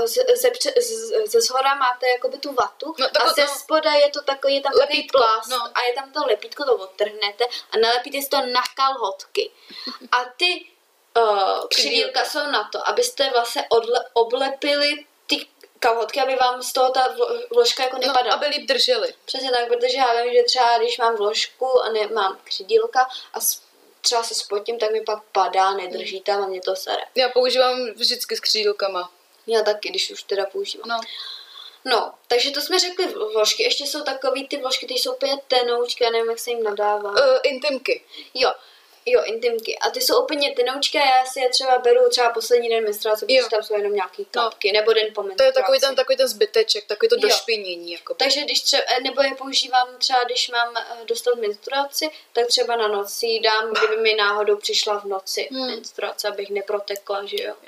ze shora máte jakoby tu vatu a ze spoda je to takový, je tam takový plast a je tam to lepítko, to odtrhnete a nalepíte si to na kalhotky. A ty křidílka jsou na to, abyste vlastně oblepili ty kalhotky, aby vám z toho ta vložka jako nepadala. No, aby líp drželi. Přesně tak, protože já vím, že třeba když mám vložku a nemám křidílka a třeba se spotím, tak mi pak padá, nedrží tam a mě to sere. Já používám vždycky s křídlkama. Já taky, když už teda používám. No, takže to jsme řekli vložky. Ještě jsou takový ty vložky, ty jsou úplně tenoučky, já nevím, jak se jim nadává. Intimky. Jo, intimky. A ty jsou úplně tenoučky a já si je třeba beru třeba poslední den menstruace, protože tam jsou jenom nějaký kapky, nebo den po menstruaci. To je takový ten zbyteček, takový to došpinění. Jakoby. Takže když třeba, nebo je používám třeba, když mám dostat menstruaci, tak třeba na noc ji dám, kdyby mi náhodou přišla v noci menstruace, abych neprotekla, že jo.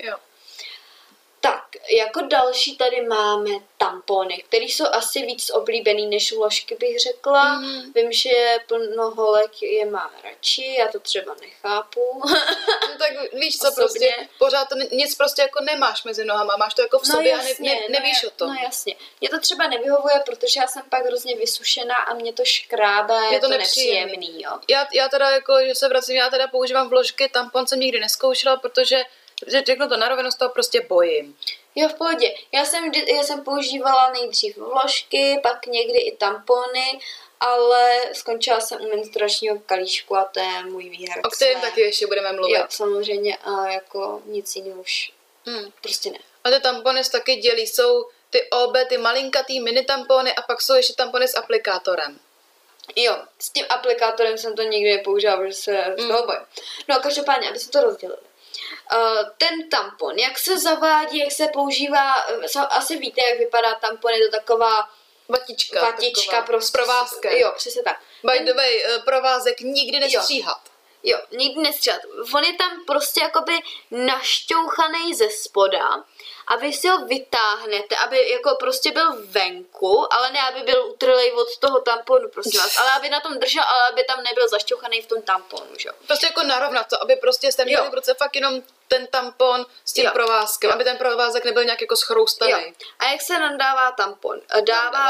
Tak, jako další tady máme tampony, které jsou asi víc oblíbený než vložky, bych řekla. Vím, že plno holek je má radši, já to třeba nechápu. No tak víš co, prostě pořád to nic prostě jako nemáš mezi nohama, máš to jako v sobě a nevíš o tom. No jasně, mě to třeba nevyhovuje, protože já jsem pak hrozně vysušená a mě to škrábe, je to nepříjemný, jo. Já teda jako, že se vracím, já teda používám vložky, tampon jsem nikdy nezkoušela, protože řeknu to na rovinu, z toho prostě bojím. Jo, v pohodě. Já jsem používala nejdřív vložky, pak někdy i tampony, ale skončila jsem u menstruačního kalíšku a to je můj výher. O kterém taky ještě budeme mluvit. Jo, samozřejmě a jako nic jiného už prostě ne. A ty tampony se taky dělí, jsou ty OB, ty malinkatý mini tampony a pak jsou ještě tampony s aplikátorem. Jo, s tím aplikátorem jsem to nikdy nepoužila, protože se z toho bojím. No každopádně, aby se to rozdělili. Ten tampon, jak se zavádí, jak se používá, asi víte, jak vypadá tampon, je to taková vatička prostě. S provázkem. Jo, přesně tak. By the way, provázek nikdy nestříhat. Jo, nikdy nestříhat. On je tam prostě jakoby našťouchaný ze spoda a vy si ho vytáhnete, aby jako prostě byl venku, ale ne, aby byl utrlej od toho tamponu, prosím vás, ale aby na tom držel, ale aby tam nebyl zašťouchaný v tom tamponu, že jo. Prostě jako narovnat to, aby prostě jste měli v ruce fakt jenom ten tampon s tím provázkem, aby ten provázek nebyl nějak jako schroustaný. A jak se nadává tampon?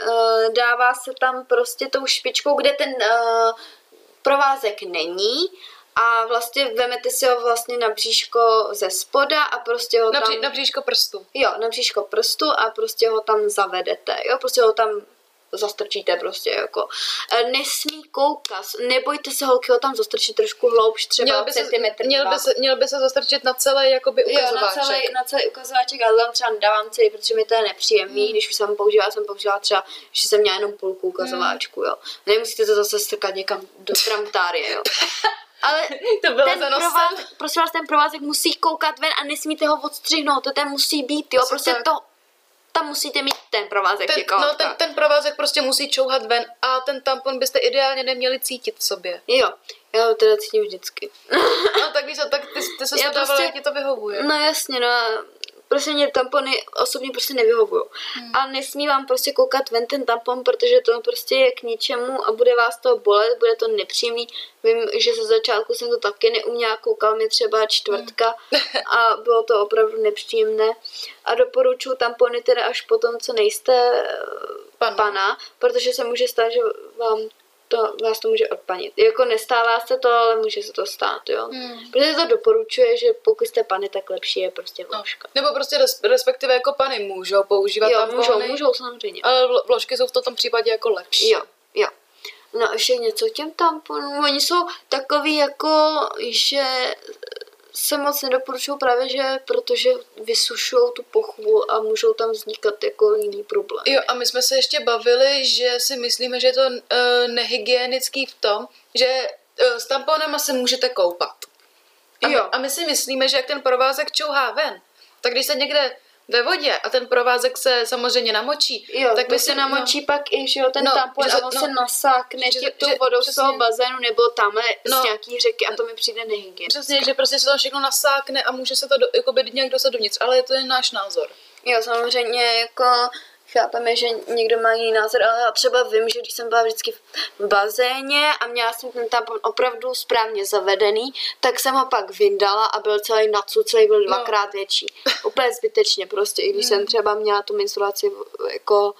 dává se tam prostě tou špičkou, kde ten provázek není, a vlastně vemete si ho vlastně na bříško ze spoda a prostě ho tam... Na bříško prstu. Jo, na bříško prstu a prostě ho tam zavedete, jo, prostě ho tam zastrčíte prostě jako. Nesmí koukat, nebojte se, holky, ho tam zastrčit trošku hloubš, třeba centimetr. Měl by se zastrčit na celý jakoby ukazováček. Jo, na celý ukazováček, ale tam třeba nedávám celý, protože mi to je nepříjemný, když už jsem používala třeba, že jsem měla jenom půlku ukazováčku, jo. Nemusíte to zase strkat někam do tramtárie, jo. Ale ten provázek musí koukat ven a nesmíte ho odstřihnout, to tam musí být, jo, prostě tak. Tam musíte mít ten provázek. Ten provázek prostě musí čouhat ven a ten tampon byste ideálně neměli cítit v sobě. Jo, já ho teda cítím vždycky. No tak víš, tak ty se to dávala, jak ti to vyhovuje. No jasně, no. Prostě mě tampony osobně prostě nevyhovují. A nesmí vám prostě koukat ven ten tampon, protože to prostě je k ničemu a bude vás to bolet, bude to nepříjemný. Vím, že ze začátku jsem to taky neuměla, koukal mi třeba čtvrtka a bylo to opravdu nepříjemné. A doporučuji tampony teda až potom, co nejste pana, protože se může stát, že vás to může odpanit. Jako nestává se to, ale může se to stát, jo. Protože to doporučuje, že pokud jste pany, tak lepší je prostě vložka. Nebo prostě respektive jako pany můžou používat tampony. Můžou samozřejmě. Ale vložky jsou v tom případě jako lepší. Jo. No a ještě něco k těm tamponům. Oni jsou takový jako, že se moc nedoporučují právě, že protože vysušují tu pochvu a můžou tam vznikat jako jiný problém. Jo, a my jsme se ještě bavili, že si myslíme, že je to nehygienický v tom, že s tamponama se můžete koupat. A my si myslíme, že jak ten provázek čouhá ven, tak když se někde ve vodě a ten provázek se samozřejmě namočí. Jo, tak se namočí pak i, že jo, ten tampon a on se nasákne tou vodou z toho bazénu nebo tamhle z nějaký řeky a to mi přijde nehygienické. Přesně, že prostě se to všechno nasákne a může se to nějak dostat dovnitř, ale to je náš názor. Jo, samozřejmě jako chápeme, že někdo má jiný názor, ale já třeba vím, že když jsem byla vždycky v bazéně a měla jsem ten tampon opravdu správně zavedený, tak jsem ho pak vyndala a byl celý nacuclej, byl dvakrát větší. Úplně zbytečně prostě, i když jsem třeba měla tu menstruaci jako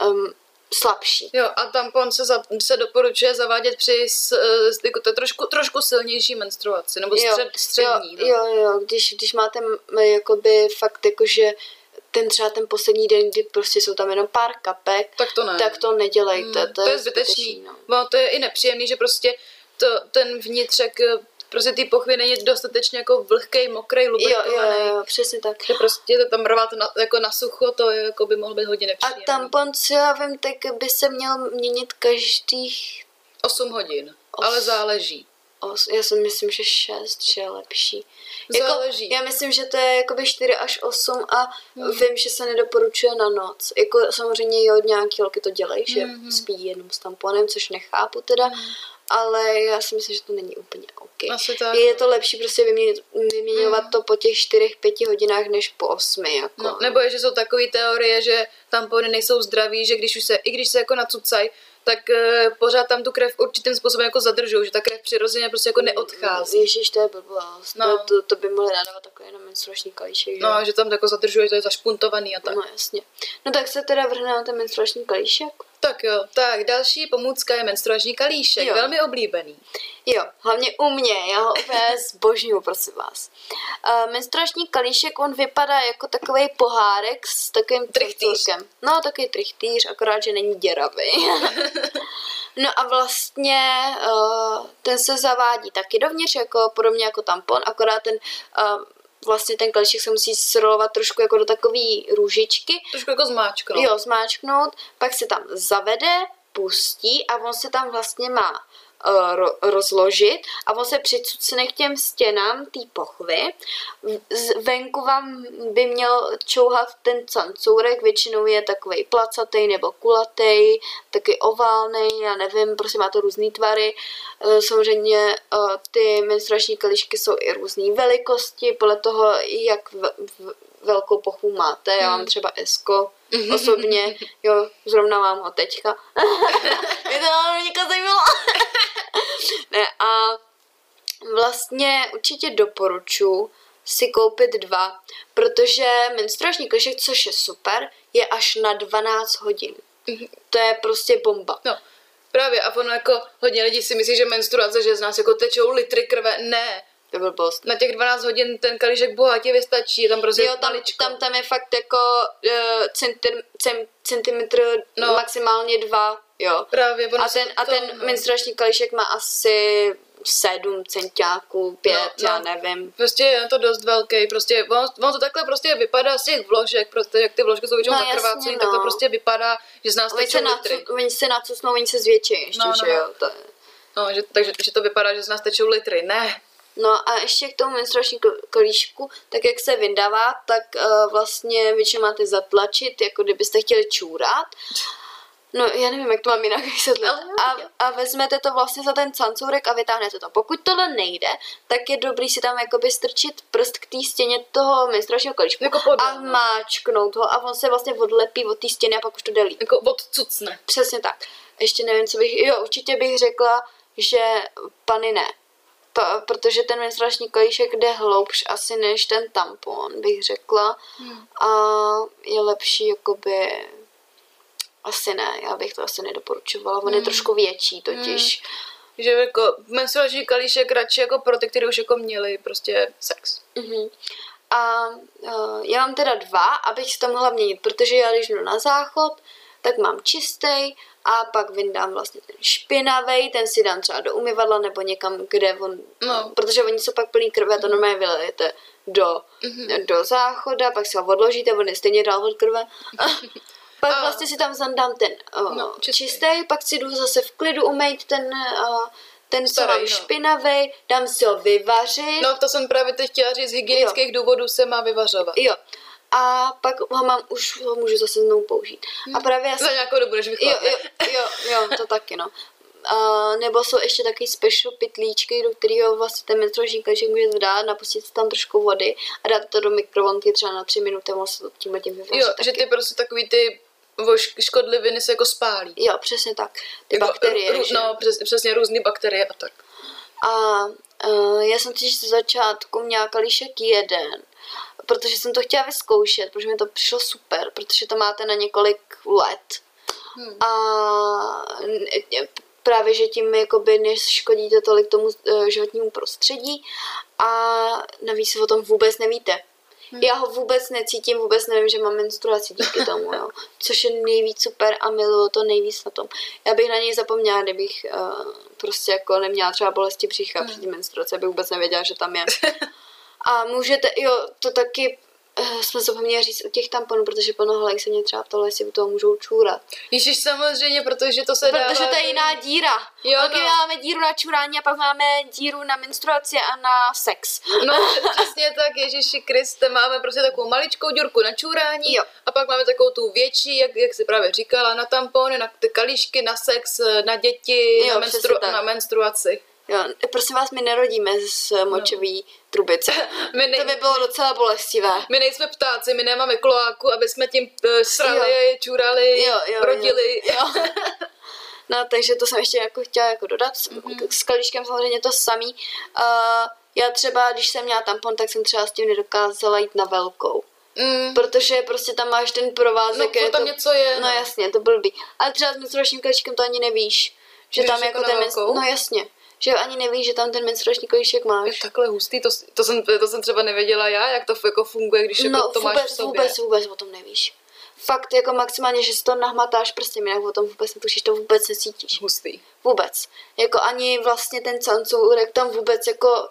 slabší. Jo, a tampon se doporučuje zavádět při jako trošku silnější menstruaci, nebo střední. Jo, když máte jakoby fakt jakože ten poslední den, kdy prostě jsou tam jenom pár kapek, tak to nedělejte. To je zbytečný. No, to je i nepříjemný, že prostě ten vnitřek prostě ty pochvy není dostatečně jako vlhkej, mokrý, lubrikovaný. Jo, přesně tak. Že prostě to tam rvat jako na sucho, to jako by mohlo být hodně nepříjemný. A tampon, co já vím, tak by se měl měnit každých 8 hodin, ale záleží. Já si myslím, že 6, že je lepší. Záleží. Jako, já myslím, že to je jakoby 4 až 8 a vím, že se nedoporučuje na noc. Jako samozřejmě nějaký holky to dělají, že spí jenom s tamponem, což nechápu teda, ale já si myslím, že to není úplně OK. Je to lepší prostě vyměňovat to po těch 4-5 hodinách, než po 8. Jako. No, nebo je, že jsou takové teorie, že tampony nejsou zdraví, že i když se jako nacucají, tak pořád tam tu krev určitým způsobem jako zadržují, že ta krev přirozeně prostě jako neodchází. Ježíš, to je blbost. To by mohli nadávat takové na menstruační kalíšek. Že? No, že tam jako zadržuje, to je zašpuntovaný a tak. No, jasně. No tak se teda vrhne na ten menstruační kalíšek. Tak jo, tak další pomůcka je menstruační kalíšek, velmi oblíbený. Jo, hlavně u mě, já ho úplně zbožňuju, prosím vás. Menstruační kalíšek, on vypadá jako takovej pohárek s takovým trichtýřkem. No, takový trichtýř, akorát, že není děravý. No a vlastně ten se zavádí taky dovnitř, jako podobně jako tampon, akorát vlastně ten kalíšek se musí srolovat trošku jako do takový růžičky. Trošku jako zmáčknout. Jo, zmáčknout, pak se tam zavede, pustí a on se tam vlastně má rozložit a on se přicucne k těm stěnám té pochvy. Venku vám by měl čouhat ten cancourek, většinou je takovej placatej nebo kulatej, taky oválnej, já nevím, prostě má to různý tvary. Samozřejmě ty menstruační kalíšky jsou i různý velikosti, podle toho, jak velkou pochvu máte. Já mám třeba S-ko osobně, jo, zrovna mám ho teďka. Mě to někdo zajímalo. Ne, a vlastně určitě doporučuji si koupit 2, protože menstruační kalíšek, což je super, je až na 12 hodin. To je prostě bomba. No, právě a ono jako hodně lidí si myslí, že menstruace, že z nás jako tečou litry krve. Ne. To je blbost. Na těch 12 hodin ten kalíšek bohatě vystačí, tam prostě tam je fakt jako centimetr, maximálně 2, jo. Právě. A ten menstruační kalíšek má asi 7 centiáků, 5, já nevím. Prostě je to dost velký, prostě on to takhle prostě vypadá z těch vložek, protože jak ty vložky jsou většinou zakrvácený, tak to prostě vypadá, že z nás tečou litry. Oni se nacusnou, oni se zvětší ještě, že jo. Takže to vypadá, že z nás tečou litry, ne. No a ještě k tomu menstruační kalíšku, tak jak se vydává, tak vlastně většinou máte zatlačit, jako kdybyste chtěli čůrat. No, já nevím, jak to mám jinak vysvětlit. A vezmete to vlastně za ten cancourek a vytáhnete to. Pokud tohle nejde, tak je dobrý si tam jakoby strčit prst k té stěně toho menstruačního kalíčku jako a máčknout ho a on se vlastně odlepí od té stěny a pak už to jde líp. Jako odcucne. Přesně tak. Ještě nevím, co bych... Jo, určitě bych řekla, že pany ne. Protože ten menstruační kalíšek jde hloubš asi než ten tampon, bych řekla. A je lepší jakoby... Asi ne, já bych to asi nedoporučovala. On je trošku větší totiž. Že jako menstruační kalíšek radši jako pro ty, kteří už jako měli prostě sex. A já mám teda 2, abych si to mohla měnit, protože já když jdu na záchod, tak mám čistý a pak vyndám vlastně ten špinavej, ten si dám třeba do umyvadla nebo někam, kde on, protože oni jsou pak plný krve, to normálně vylejete do záchoda, pak si ho odložíte, on je stejně dál od krve. Pak vlastně si tam zandám ten čistý, pak si jdu zase v klidu umýt ten co mám špinavej, dám si ho vyvařit. No to jsem právě teď chtěla říct, z hygienických důvodů se má vyvařovat. Jo. A pak už ho můžu zase znovu použít. A právě za nějakou dobu, než vychladne. Jo, to taky, no. Nebo jsou ještě takový special pytlíčky, do kterého vlastně ten menstruační kalíček můžete dát, napustit tam trošku vody a dát to do mikrovlnky třeba na 3 minuty a ono se to tím vyvaří. Jo, že ty prostě takový ty škodliviny se jako spálí. Jo, přesně tak. Ty jako bakterie. Přesně různé bakterie a tak. A já jsem totiž ze začátku měla kalíšek 1, protože jsem to chtěla vyzkoušet, protože mi to přišlo super, protože to máte na několik let. A právě, že tím jakoby neškodíte tolik tomu životnímu prostředí a navíc o tom vůbec nevíte. Já ho vůbec necítím, vůbec nevím, že mám menstruaci díky tomu, jo. Což je nejvíc super a miluju to nejvíc na tom. Já bych na něj zapomněla, kdybych prostě jako neměla třeba bolesti břicha při menstruaci, abych vůbec nevěděla, že tam je. A můžete, to taky jsme zapomněli říct u těch tamponů, protože plnoholej se mě třeba ptalo, jestli u toho můžou čůrat. Ježiš, samozřejmě, protože to se dává... Protože to je jiná díra. Máme díru na čurání a pak máme díru na menstruaci a na sex. No, přesně tak, Ježiši Kriste, máme prostě takovou maličkou díru na čurání a pak máme takovou tu větší, jak jsi právě říkala, na tampony, na ty kalíšky, na sex, na děti, na menstruaci. Jo, prosím vás, my nerodíme z močový trubice. To by bylo docela bolestivé. My nejsme ptáci, my nemáme kloáku, aby jsme tím srali, čurali, rodili. Jo. No, takže to jsem ještě jako chtěla jako dodat. S kalíškem samozřejmě to samý. Já třeba, když jsem měla tampon, tak jsem třeba s tím nedokázala jít na velkou. Protože prostě tam máš ten provázek. No, tam něco je. No jasně, to blbý. Ale třeba s menstruačním kalíčkem to ani nevíš. Že tam jako ten no jasně. Že ani nevíš, že tam ten menstruační kalíšek máš. Je takhle hustý, to jsem třeba nevěděla já, jak to jako funguje, když jako to máš v sobě. Vůbec o tom nevíš. Fakt jako maximálně, že si to nahmatáš prstem, jinak o tom vůbec netušíš, to vůbec necítíš. Hustý. Vůbec. Jako ani vlastně ten cancourek tam vůbec jako...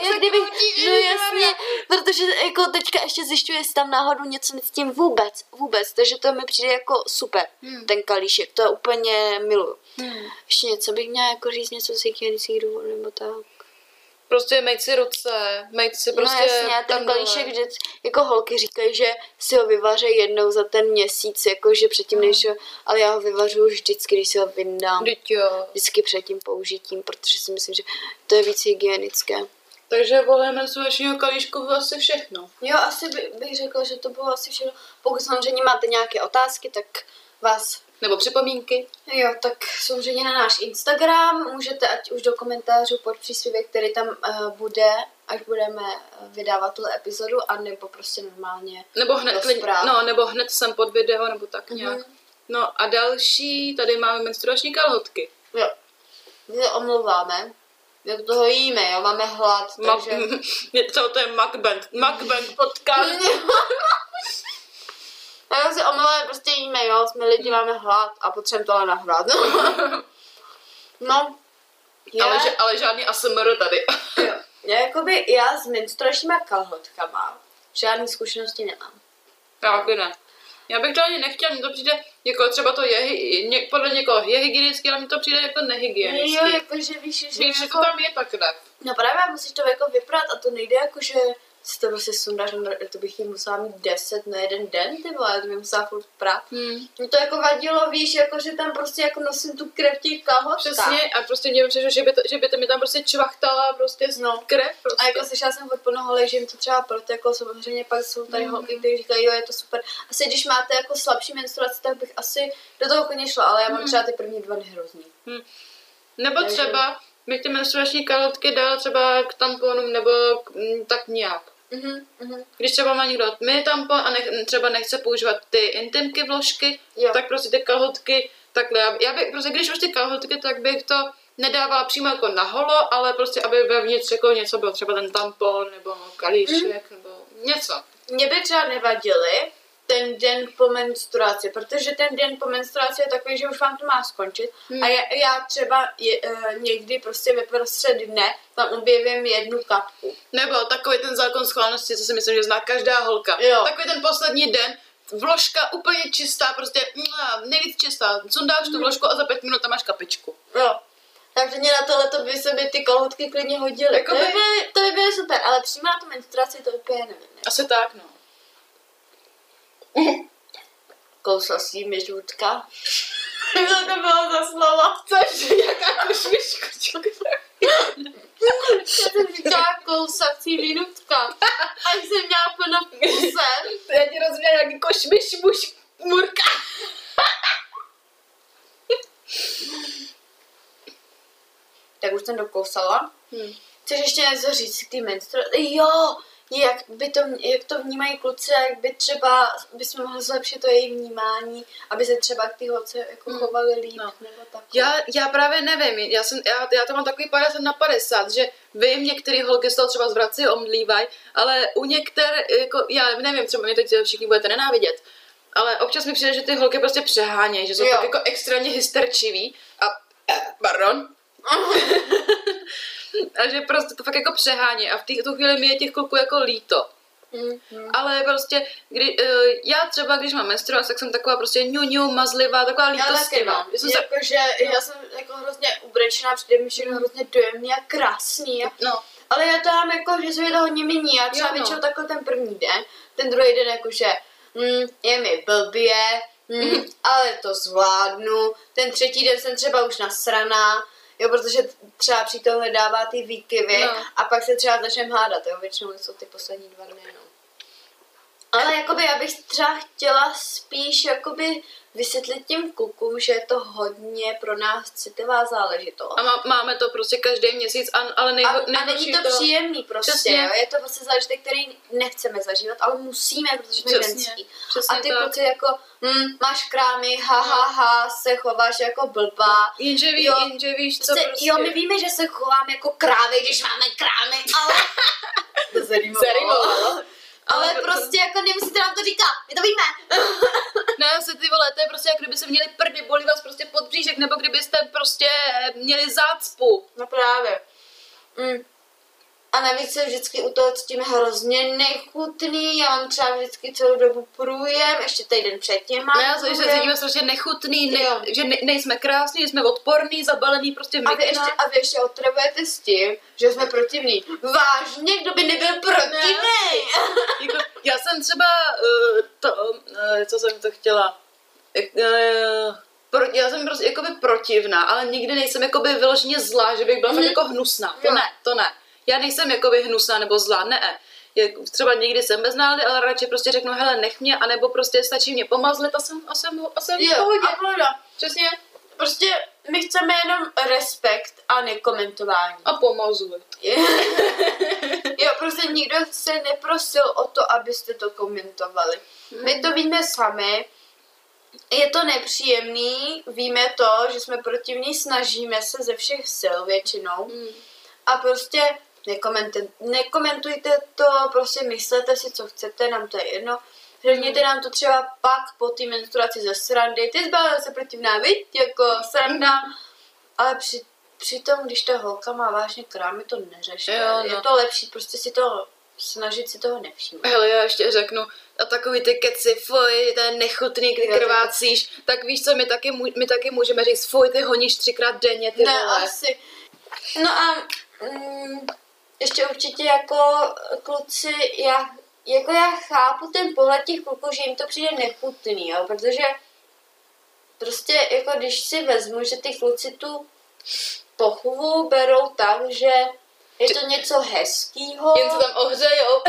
No jasně, protože jako teďka ještě zjišťuji, jestli tam náhodou něco necítím vůbec, takže to mi přijde jako super, ten kalíšek, to úplně miluju. Ještě něco bych měla jako říct, něco z hygienických důvodů, nebo tak. Prostě mejt si ruce, mejt si prostě... No jasně, ten kalíšek, jako holky říkají, že si ho vyvaří jednou za ten měsíc, jakože předtím než ho, ale já ho vyvařuju vždycky, když si ho vyndám. Vždycky před tím použitím, protože si myslím, že to je víc hygienické. Takže volé menstruačního kalíšku asi všechno. Jo, asi bych řekla, že to bylo asi všechno. Pokud samozřejmě máte nějaké otázky, tak vás... Nebo připomínky. Jo, tak samozřejmě na náš Instagram můžete ať už do komentářů pod příspěvek, který tam bude, až budeme vydávat tuhle epizodu, anebo prostě normálně nebo hned, nebo hned sem pod video, nebo tak nějak. No a další, tady máme menstruační kalhotky. Jo. My se omlouváme. My toho jíme, jo, máme hlad, takže... to je mukbang podcast. Já se omlouváme, prostě jíme, jo, jsme lidi, máme hlad a potřebujeme tohle nahrát. No. Ale žádný ASMR tady. Jo. Já s menstruačníma kalhotkama žádný zkušenosti nemám. Taky ne. Já bych to ani nechtěla, mně to přijde, jako třeba to je, podle někoho je hygienický, ale mně to přijde jako nehygienický. Jo, jakože víš, že jako, to tam je tak ne. No právě musíš to jako vyprat a to nejde jako, že si to prostě sundáš, to bych jí musela mít 10 na jeden den, ty vole, to bych musela furt prát. Mě to jako vadilo, víš, jako, že tam prostě jako nosím tu krev těch kalhotkách. Přesně, a prostě mě přišlo, že by to mi tam prostě čvachtala prostě krev. Prostě. A jako slyšela jsem od plnoholek, že jim to třeba proto, jako samozřejmě pak jsou tady holky, kteří říkají, jo, je to super. Asi když máte jako slabší menstruaci, tak bych asi do toho koně šla, ale já mám třeba ty první 2 dny hrozný. Nebo třeba bych ty menstruační kalhotky dal třeba k tamponům, nebo tak nějak. Když třeba má někdo odmyje tampon a třeba nechce používat ty intimky vložky, tak prostě ty kalhotky, takhle. Já bych prostě, když už ty kalhotky, tak bych to nedávala přímo jako na holo, ale prostě, aby vevnitř jako něco bylo, třeba ten tampon, nebo kalíšek, nebo něco. Mě by třeba nevadily ten den po menstruaci, protože ten den po menstruaci je takový, že už vám to má skončit a já třeba někdy prostě ve prostřed dne tam objevím 1 kapku. Nebo takový ten zákon schválnosti, co si myslím, že zná každá holka. Jo. Takový ten poslední den, vložka úplně čistá, prostě nejvíc čistá. Sundáš tu vložku a za 5 minut tam máš kapičku. Jo. Takže mě na tohleto by se by ty kalhotky klidně hodily. Jako to by byly super, ale přímo na tu menstruaci to úplně nevím. Asi tak, no. Kousla si měžůtka. Co to bylo za slova? Což, jaká košmiškočka. Já jsem říkala kousací minutka. A jsem měla plno v puse. Já ti rozuměla nějaký košmišmurka. Tak už jsem dokousala. Chceš ještě něco říct k té menstruaci? Jo, jak to vnímají kluci, jak by třeba bychom mohli zlepšit to její vnímání, aby se třeba k té holce jako chovali líp, nebo tak. Já právě nevím, já to mám takový 50/50, že vím, některé holky z toho třeba zvrací, omdlívají, ale u některé, jako, já nevím, třeba mě teď všichni budete nenávidět, ale občas mi přijde, že ty holky prostě přehánějí, že jsou tak jako extrémně hysterčivý a, pardon, a že prostě to fakt jako přehání a v tu chvíli mi je těch kluků jako líto. Ale prostě, já třeba, když mám menstruaci, tak jsem taková prostě ňuňu, mazlivá, taková lítostivá. Já jsem jako hrozně ubrečená, přijde mi všechno hrozně dojemný a krásný. Ale já to mám jako, že se mi to hodně mění. Já třeba většinou takhle ten první den, ten druhý den jakože je mi blbě, ale to zvládnu. Ten třetí den jsem třeba už nasraná. Jo, protože třeba přítel nedává ty výkyvy a pak se třeba začneme hádat, jo, většinou jsou ty poslední 2 dny, no. Ale jakoby já bych třeba chtěla spíš jakoby vysvětlit těm klukům, že je to hodně pro nás citlivá záležitost. A máme to prostě každý měsíc, ale a není to příjemný prostě, jo? Je to prostě záležitost, který nechceme zažívat, ale musíme, protože jsme ženský. A ty kluci jako, máš krámy, se chováš jako blbá. Jenže víš, co prostě. Jo, my víme, že se chováme jako krávy, když máme krámy, ale... to zarímovalo. Ale prostě jako nemusíte nám to říkat, my to víme. Ne, se ty vole, to je prostě, jak kdyby se měli prdy, bolí vás prostě pod bříšek, nebo kdybyste prostě měli zácpu. No právě. A navíc se vždycky u toho cítíme hrozně nechutný, já mám třeba vždycky celou dobu průjem, ještě týden předtím mám průjem. Ne, že cítíme strašně nechutný, že nejsme krásní, jsme odporný, zabalený prostě v mikina. A vy ještě otravujete s tím, že jsme protivní. Vážně, kdo by nebyl protivný? Jako, já jsem třeba co jsem to chtěla? Já jsem prostě jakoby protivná, ale nikdy nejsem jakoby vyloženě zlá, že bych byla fakt jako hnusná. To ne. Já nejsem jakoby hnusná nebo zlá, ne. Třeba někdy jsem bez nálady, ale radši prostě řeknu, hele, nech mě, anebo prostě stačí mě pomazlit a jsem v pohodě. A přesně. Prostě my chceme jenom respekt a nekomentování. A pomazlit. Jo, prostě nikdo se neprosil o to, abyste to komentovali. My to víme sami je to nepříjemný, víme to, že jsme proti ní, snažíme se ze všech sil většinou a prostě nekomentujte to, prostě myslete si, co chcete, nám to je jedno. Řekněte nám to třeba pak po té menstruaci ze srandy, ty zbavila se protivná, viď, jako sranda, ale přitom, když ta holka má vážně krámy, to neřešte. Je to lepší prostě snažit si toho nevšímat. Hele, já ještě řeknu, a takový ty keci, fuj, to je nechutný, kdy krvácíš, tak víš co, my taky můžeme říct, fuj, ty honíš 3krát denně, ty vole. Asi. No a ještě určitě jako kluci, já chápu ten pohled těch kluků, že jim to přijde nechutný, jo, protože prostě jako když si vezmu, že ty kluci tu pochvu berou tak, že je to něco hezkýho. Jen se tam ohřejou.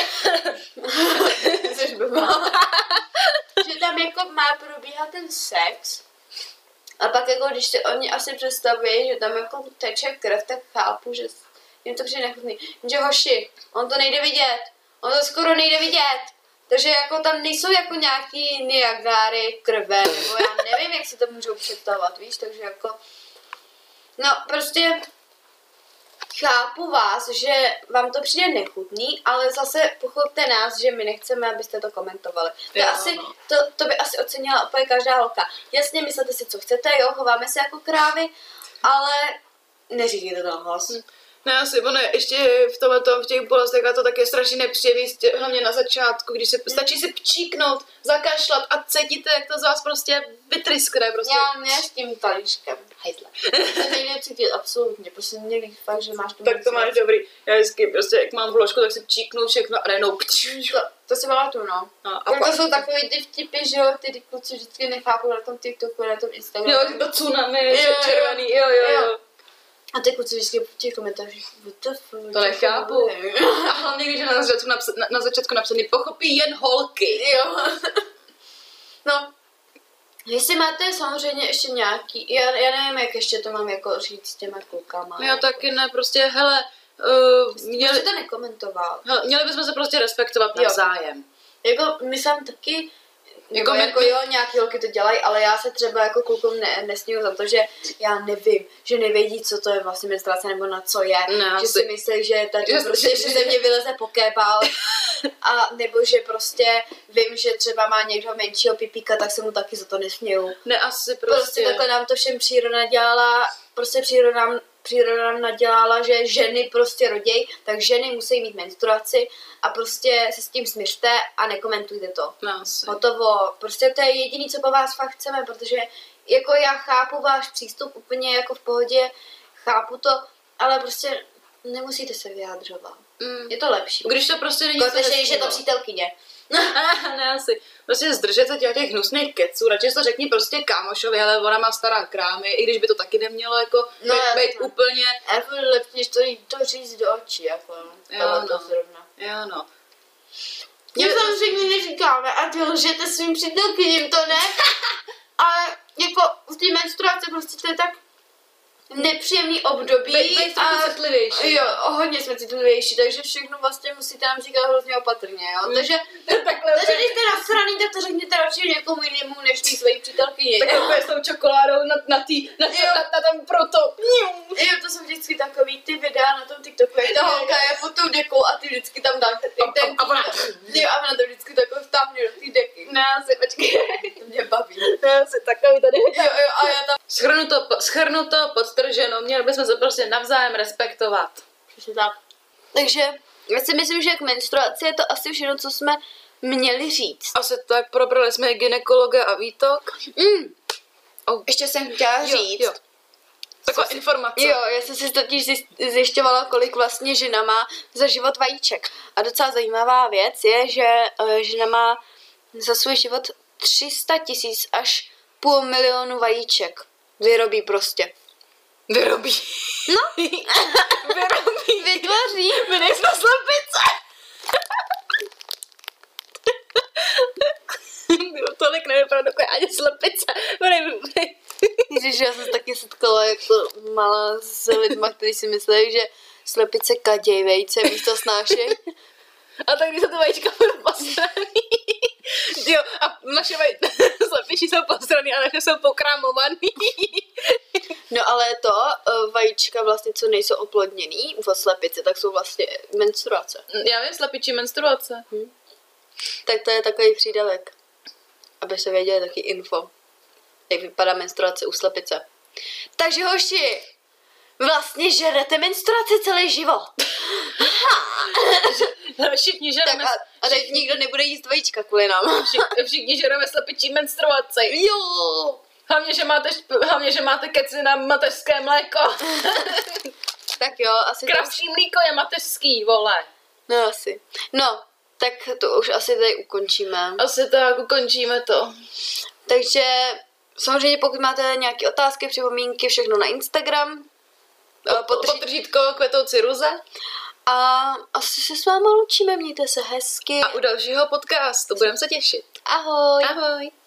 Že tam jako má probíhat ten sex. A pak jako když si oni asi představují, že tam jako teče krev, tak chápu, že jim to přijde nechutný. Jenže hoši, on to nejde vidět. On to skoro nejde vidět. Takže jako tam nejsou jako nějaký Niagary krve, nebo já nevím, jak si to můžou představovat, víš, takže jako no prostě chápu vás, že vám to přijde nechutný, ale zase pochopte nás, že my nechceme, abyste to komentovali. To by asi ocenila úplně každá holka. Jasně, myslete si, co chcete, jo, chováme se jako krávy, ale neříkejte to na hlas. Ne, asi, ono ještě v těch bolestech a to taky strašně nepříjemný, hlavně na začátku, když se stačí si pčíknout, zakašlat a cítíte, jak to z vás prostě vytryskne. Prostě. Já ne s tím talířkem. Hejzle. To nejde cítit absolutně, prostě nevíš fakt, že máš tu tak to máš dobrý. Já vždycky prostě, jak mám vložku, tak si pčíknu všechno a najednou to si pamatuju, no. A to jsou takový ty vtipy, že jo, ty kluci vždycky nechápou na tom TikToku, na tom Instagramu. Jo, to tsunámy, červený, jo. A ty kluci vždycky v těch komentářích, to nechápu. A hlavně, když je na začátku napsaný, pochopí jen holky. Jo. No, jestli máte samozřejmě ještě nějaký, já nevím, jak ještě to mám jako říct s těma klukama. Já taky ne, prostě, hele, Proč to nekomentoval? Hele, měli bychom se prostě respektovat navzájem. Jako, my jsem taky, jo, nějaký holky to dělají, ale já se třeba jako klukům nesměju za to, že já nevím, že nevědí, co to je vlastně menstruace nebo na co je, že si myslí, že tady prostě že ze mě vyleze pokébal, a nebo že prostě vím, že třeba má někdo menšího pipíka, tak se mu taky za to nesměju. Ne, asi prostě. Takhle nám to všem příroda nadělala, prostě příroda nám nadělala, že ženy prostě roděj, tak ženy musí mít menstruaci a prostě se s tím smiřte a nekomentujte to. Hotovo. Prostě to je jediné, co po vás fakt chceme, protože jako já chápu váš přístup úplně jako v pohodě, chápu to, ale prostě nemusíte se vyjádřovat. Je to lepší. Když to prostě není protože že to přítelkyně. Ne, asi. Prostě zdržet se těch hnusných keců, radši to řekni prostě kámošovi, ale ona má stará krámy, i když by to taky nemělo jako být úplně. Jako lepší, než to říct do očí, jako to zrovna. Jo, no. My samozřejmě neříkáme a ty lžete svým přítelkyním, to ne, ale jako v té menstruaci prostě to je tak nepříjemný období. Být citlivější. Jo, hodně jsme citlivější, takže všechno vlastně musíte nám říkat hrozně opatrně, jo. Takže když jste nasraný, tak to řekněte radši někomu jinému, než tý svojí přítelkyni. Tak úplně s tou čokoládou na tam proto. Jo, to jsou vždycky takový ty videa na tom TikToku, jak ta holka je pod tou dekou a ty vždycky tam dá a ona to vždycky takový vtáhne do té deky. Ne, asi, počkej. To mě baví. Ne, asi takový tady. Jo, a já tam... Schrnu to, podtrženo, měli bychom se prostě navzájem respektovat. Přesně tak. Takže já si myslím, že k menstruaci je to asi všechno, co jsme měli říct. Asi tak, probrali jsme gynekologa a výtok. Ještě jsem chtěla říct. Jo. Taková informace. Jo, já jsem si totiž zjišťovala, kolik vlastně žena má za život vajíček. A docela zajímavá věc je, že žena má za svůj život 300 000 až 500 000 vajíček. Vyrobí prostě. Vyrobí. No. Vyrobí. Vytvoří. My nejsme slepice. Tolik nevypadá taková ani slepice. Ježiš, já jsem taky setkala jako malá s lidma, kteří si mysleli, že slepice kaděj vejce, místo snášej. A tak když se to vajíčka budou posraný. Jo, a naše slepiči jsou posraný a naše jsou pokrámovaný. No ale to vajíčka vlastně, co nejsou oplodněný u slepice, tak jsou vlastně menstruace. Já vím, slepičí menstruace. Tak to je takový přídavek. Aby se věděli taky info, jak vypadá menstruace u slepice. Takže hoši, vlastně žerete menstruaci celý život. Všichni žereme. A teď nikdo nebude jíst vajíčka kvůli nám. Všichni žereme slepičí menstruaci. Jo. Hlavně, že máte keci na mateřské mléko. Tak jo, asi Kravší mlíko je mateřský, vole. No asi. No, tak to už asi tady ukončíme. Asi tak, ukončíme to. Takže samozřejmě pokud máte nějaké otázky, připomínky, všechno na Instagram. Podržítko Kvetouci Ruze. A asi se s váma loučíme, mějte se hezky. A u dalšího podcastu budeme se těšit. Ahoj. Ahoj.